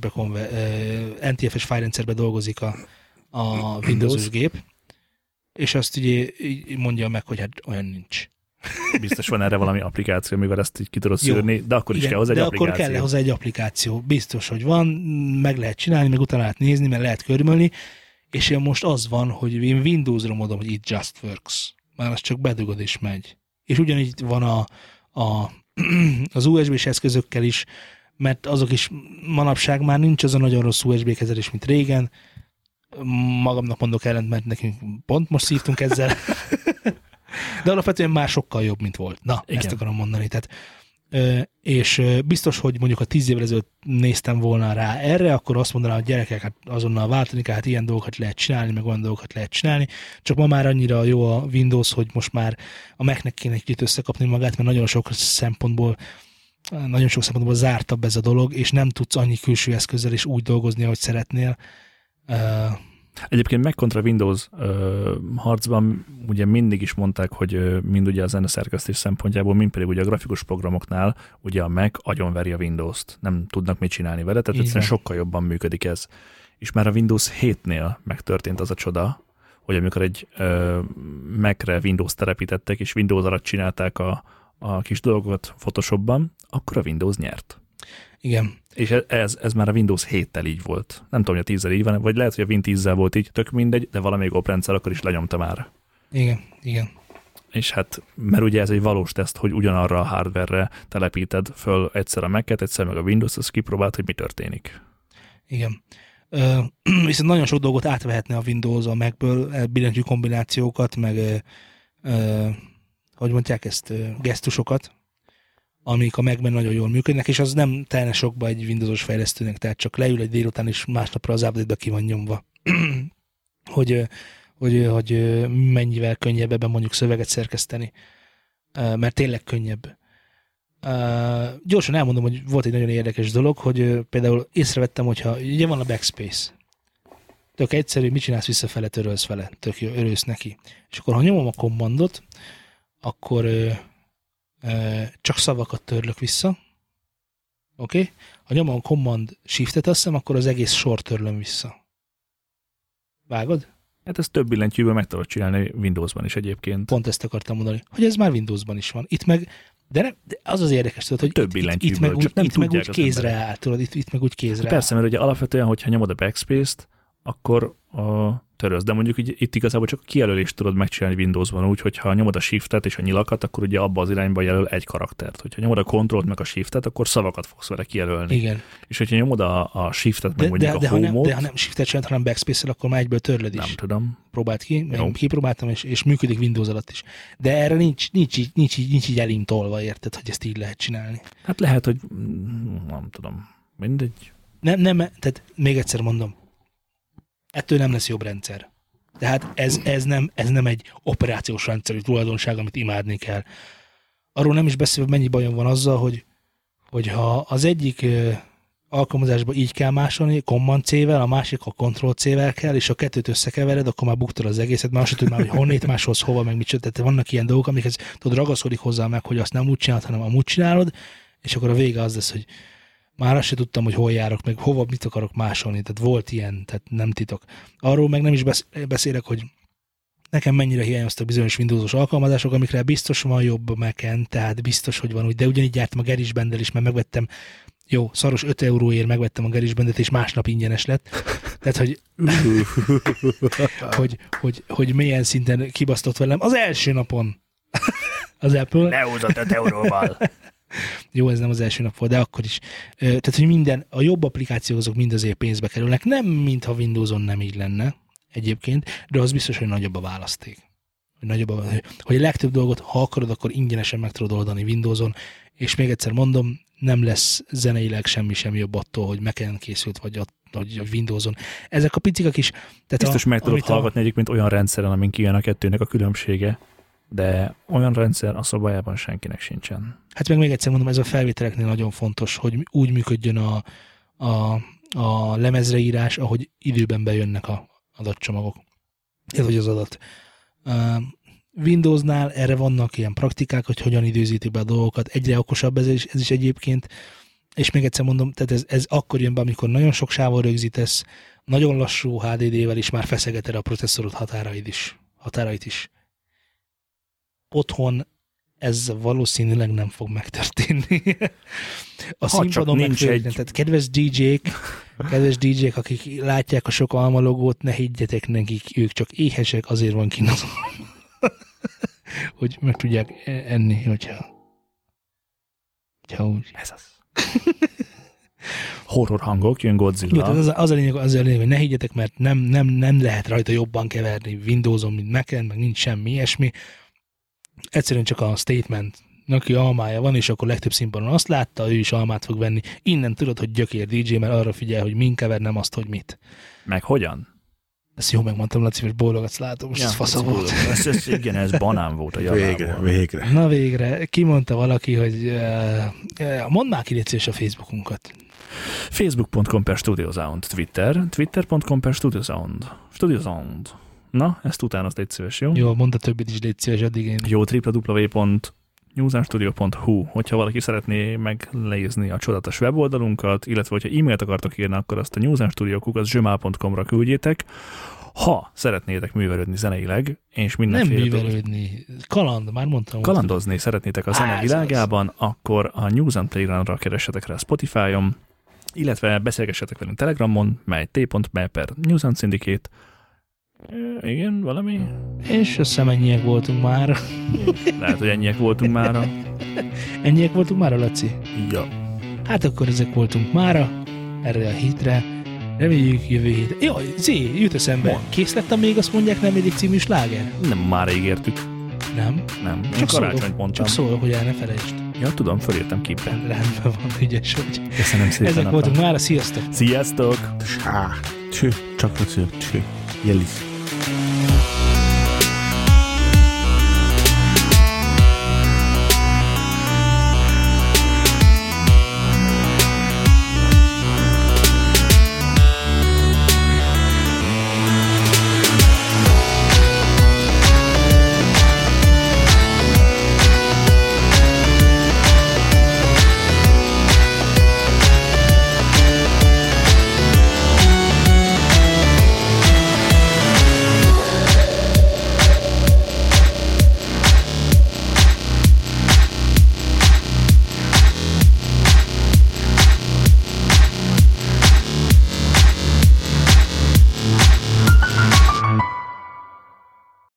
NTFS fájlrendszerben dolgozik a Windowsos gép, és azt ugye mondja meg, hogy hát olyan nincs. Biztos van erre valami applikáció, amivel ezt így ki tudod szűrni, de akkor is kell hozzá egy applikáció. De akkor kell hozzá egy applikáció. Biztos, hogy van, meg lehet csinálni, meg utána lehet nézni, mert lehet körmölni, és én most az van, hogy én Windowsra mondom, hogy it just works. Már az csak bedugod és megy. És ugyanígy van az USB-s eszközökkel is, mert azok is manapság már nincs az a nagyon rossz USB kezelés, mint régen. Magamnak mondok ellent, mert nekünk pont most szívtunk ezzel. De alapvetően már sokkal jobb, mint volt. Na, igen. Ezt akarom mondani. Tehát, és biztos, hogy mondjuk a 10 évvel ezelőtt néztem volna rá erre, akkor azt mondanám, hogy gyerekek, hát azonnal váltani kell, hát ilyen dolgokat lehet csinálni, meg olyan dolgokat lehet csinálni. Csak ma már annyira jó a Windows, hogy most már a Mac-nek kéne egy kicsit összekapni magát, mert nagyon sok szempontból zártabb ez a dolog, és nem tudsz annyi külső eszközzel is úgy dolgozni, ahogy szeretnél. Egyébként Mac kontra Windows harcban ugye mindig is mondták, hogy mind ugye a zeneszerkesztés szempontjából, mind pedig ugye a grafikus programoknál ugye a Mac agyonveri a Windows-t. Nem tudnak mit csinálni vele, tehát egyszerűen sokkal jobban működik ez. És már a Windows 7-nél megtörtént az a csoda, hogy amikor egy Mac-re Windows telepítettek, és Windows alatt csinálták a kis dolgokat Photoshopban, akkor a Windows nyert. Igen. És ez már a Windows 7-tel így volt. Nem tudom, hogy a 10-zel így van, vagy lehet, hogy a Win 10-zel volt így, tök mindegy, de valamelyik oprendszer akkor is lenyomta már. Igen. És hát, mert ugye ez egy valós teszt, hogy ugyanarra a hardware-re telepíted föl egyszer a Mac-et, egyszer meg a Windows-t, azt kipróbált, hogy mi történik. Igen. Viszont nagyon sok dolgot átvehetne a Windows a Mac-ből, billentyű kombinációkat, meg hogy mondják ezt, gesztusokat, amik a Mac-ben nagyon jól működnek, és az nem telne sokba egy Windows-os fejlesztőnek, tehát csak leül egy délután, és másnapra az update-be ki van nyomva. hogy mennyivel könnyebb ebben mondjuk szöveget szerkeszteni, mert tényleg könnyebb. Gyorsan elmondom, hogy volt egy nagyon érdekes dolog, hogy például észrevettem, hogyha ugye van a backspace, tök egyszerű, mit csinálsz visszafele, törölsz vele, tök jó, örülsz neki. És akkor ha nyomom a commandot, akkor csak szavakat törlök vissza, oké? Ha nyomom a command shiftet, azt hiszem, akkor az egész sort törlöm vissza. Vágod? Hát ezt több billentyűből meg tudod csinálni Windowsban is egyébként. Pont ezt akartam mondani, hogy ez már Windowsban is van. Itt meg, de az az érdekes, tudod, hogy több itt meg úgy, nem itt meg úgy kézre emberek. áll, tudod, itt meg úgy kézre áll. Persze, mert ugye alapvetően, hogyha nyomod a backspace-t, akkor törölsz, de mondjuk itt igazából csak a kijelölést tudod megcsinálni Windowsban úgy, hogyha nyomod a shiftet és a nyilakat, akkor ugye abba az irányba jelöl egy karaktert. Hogyha nyomod a controlt meg a shiftet, akkor szavakat fogsz vele kijelölni. Igen. És hogyha nyomod a shiftet, meg mondjuk a home-ot... De ha nem shiftet csinált, hanem backspace-el, akkor már egyből törled is. Nem tudom. Próbáld ki, én kipróbáltam, és működik Windows alatt is. De erre nincs így elém tolva, érted, hogy ezt így lehet csinálni. Hát lehet, hogy nem tudom. Mindegy. Nem, tehát még egyszer mondom, ettől nem lesz jobb rendszer. Tehát ez nem egy operációs rendszerű tulajdonság, amit imádni kell. Arról nem is beszélve, mennyi bajom van azzal, hogy ha az egyik alkalmazásban így kell másolni, Command C-vel, a másik a Control C-vel kell, és a kettőt összekevered, akkor már buktad az egészet, már azt tudod már, hogy honnét másolsz, hova, meg mit. Tehát vannak ilyen dolgok, amikhez tudod, ragaszkodik hozzá meg, hogy azt nem úgy csinálod, hanem amúgy csinálod, és akkor a vége az lesz, hogy már azt sem tudtam, hogy hol járok, meg hova, mit akarok másolni. Tehát volt ilyen, tehát nem titok. Arról meg nem is beszélek, hogy nekem mennyire hiányoztak bizonyos Windows-os alkalmazások, amikre biztos van jobb Mac-en, tehát biztos, hogy van úgy, de ugyanígy jártam a GarageBand-del is, mert megvettem, jó, szaros 5 euróért megvettem a GarageBand-et, és másnap ingyenes lett. Tehát, hogy milyen szinten kibasztott velem az első napon az Apple. Lehozott 5 euróval. Jó, ez nem az első nap volt, de akkor is. Tehát, hogy a jobb applikációk azok mind azért pénzbe kerülnek. Nem, mintha Windowson nem így lenne egyébként, de az biztos, hogy nagyobb a választék. Hogy a legtöbb dolgot, ha akarod, akkor ingyenesen meg tudod oldani Windowson, és még egyszer mondom, nem lesz zeneileg semmi jobb attól, hogy Mac-en készült, vagy a Windowson. Ezek a picikak is... Tehát biztos meg tudod hallgatni egyébként olyan rendszeren, amin kijön a kettőnek a különbsége, de olyan rendszer a szobájában senkinek sincsen. Hát meg még egyszer mondom, ez a felvételeknél nagyon fontos, hogy úgy működjön a lemezreírás, ahogy időben bejönnek a adatcsomagok. Ez vagy az adat. Windowsnál erre vannak ilyen praktikák, hogy hogyan időzítik be a dolgokat. Egyre okosabb ez is egyébként. És még egyszer mondom, tehát ez akkor jön be, amikor nagyon sok sávon rögzítesz, nagyon lassú HDD-vel is már feszegeted a processzorod határait is. Otthon ez valószínűleg nem fog megtörténni. A színpadon megfőjteni. Tehát kedves DJ-k, akik látják a sok alma logót, ne higgyetek nekik, ők csak éhesek, azért van kint az hogy meg tudják enni, hogyha úgy. Ez az. Horror hangok, jön Godzilla. Jó, az a lényeg, hogy ne higgyetek, mert nem lehet rajta jobban keverni Windowson, mint Mac-en, meg nincs semmi ilyesmi. Egyszerűen csak a statement, neki almája van, és akkor legtöbb színpadon azt látta, ő is almát fog venni. Innen tudod, hogy gyökér DJ, mert arra figyel, hogy min kever, nem azt, hogy mit. Meg hogyan? Ezt jó megmondtam, Laci, hogy bólogatsz, látom, most ez fasza volt. Igen, ez banán volt a javából. Végre. Na végre. Kimondta valaki, hogy mondd már ki légy a Facebookunkat. Facebook.com/StudioSound, Twitter.com/StudioSound. StudioSound. Na, ezt utána azt légy szíves, jó? Jó, mondd a többit is, légy szíves, addig én. Jó, www.newsandstudio.hu. Hogyha valaki szeretné megnézni a csodatos weboldalunkat, illetve hogyha e-mailt akartok írni, akkor azt a newsandstudio@gmail.com-ra küldjétek. Ha szeretnétek művelődni zeneileg, és mindenféle... Nem művelődni, kaland, már mondtam. Kalandozni szeretnétek a zene világában, akkor a News and Playground-ra keressetek rá Spotify-on, illetve beszélgessetek velünk Telegramon, mely t.me/News and Syndicate. Igen, valami? És azt hiszem ennyiek voltunk már. Lehet, hogy ennyiek voltunk mára. Ennyiek voltunk mára, Laci? Ja. Hát akkor ezek voltunk mára, erre a hétre. Reméljük jövő hétre. Jaj, jut eszembe. Kész lett a Még azt mondják nem élik című sláger? Nem, már ígértük. Nem? Nem, én Csak karácsonyt mondtam. Csak szólok, hogy el ne felejtsd. Ja, tudom, fölírtam képre. Rendben van, ügyes vagy. Köszönöm szépen. Ezek voltunk mára, sziasztok! Sziasztok! Cső, csak a cső, jelis.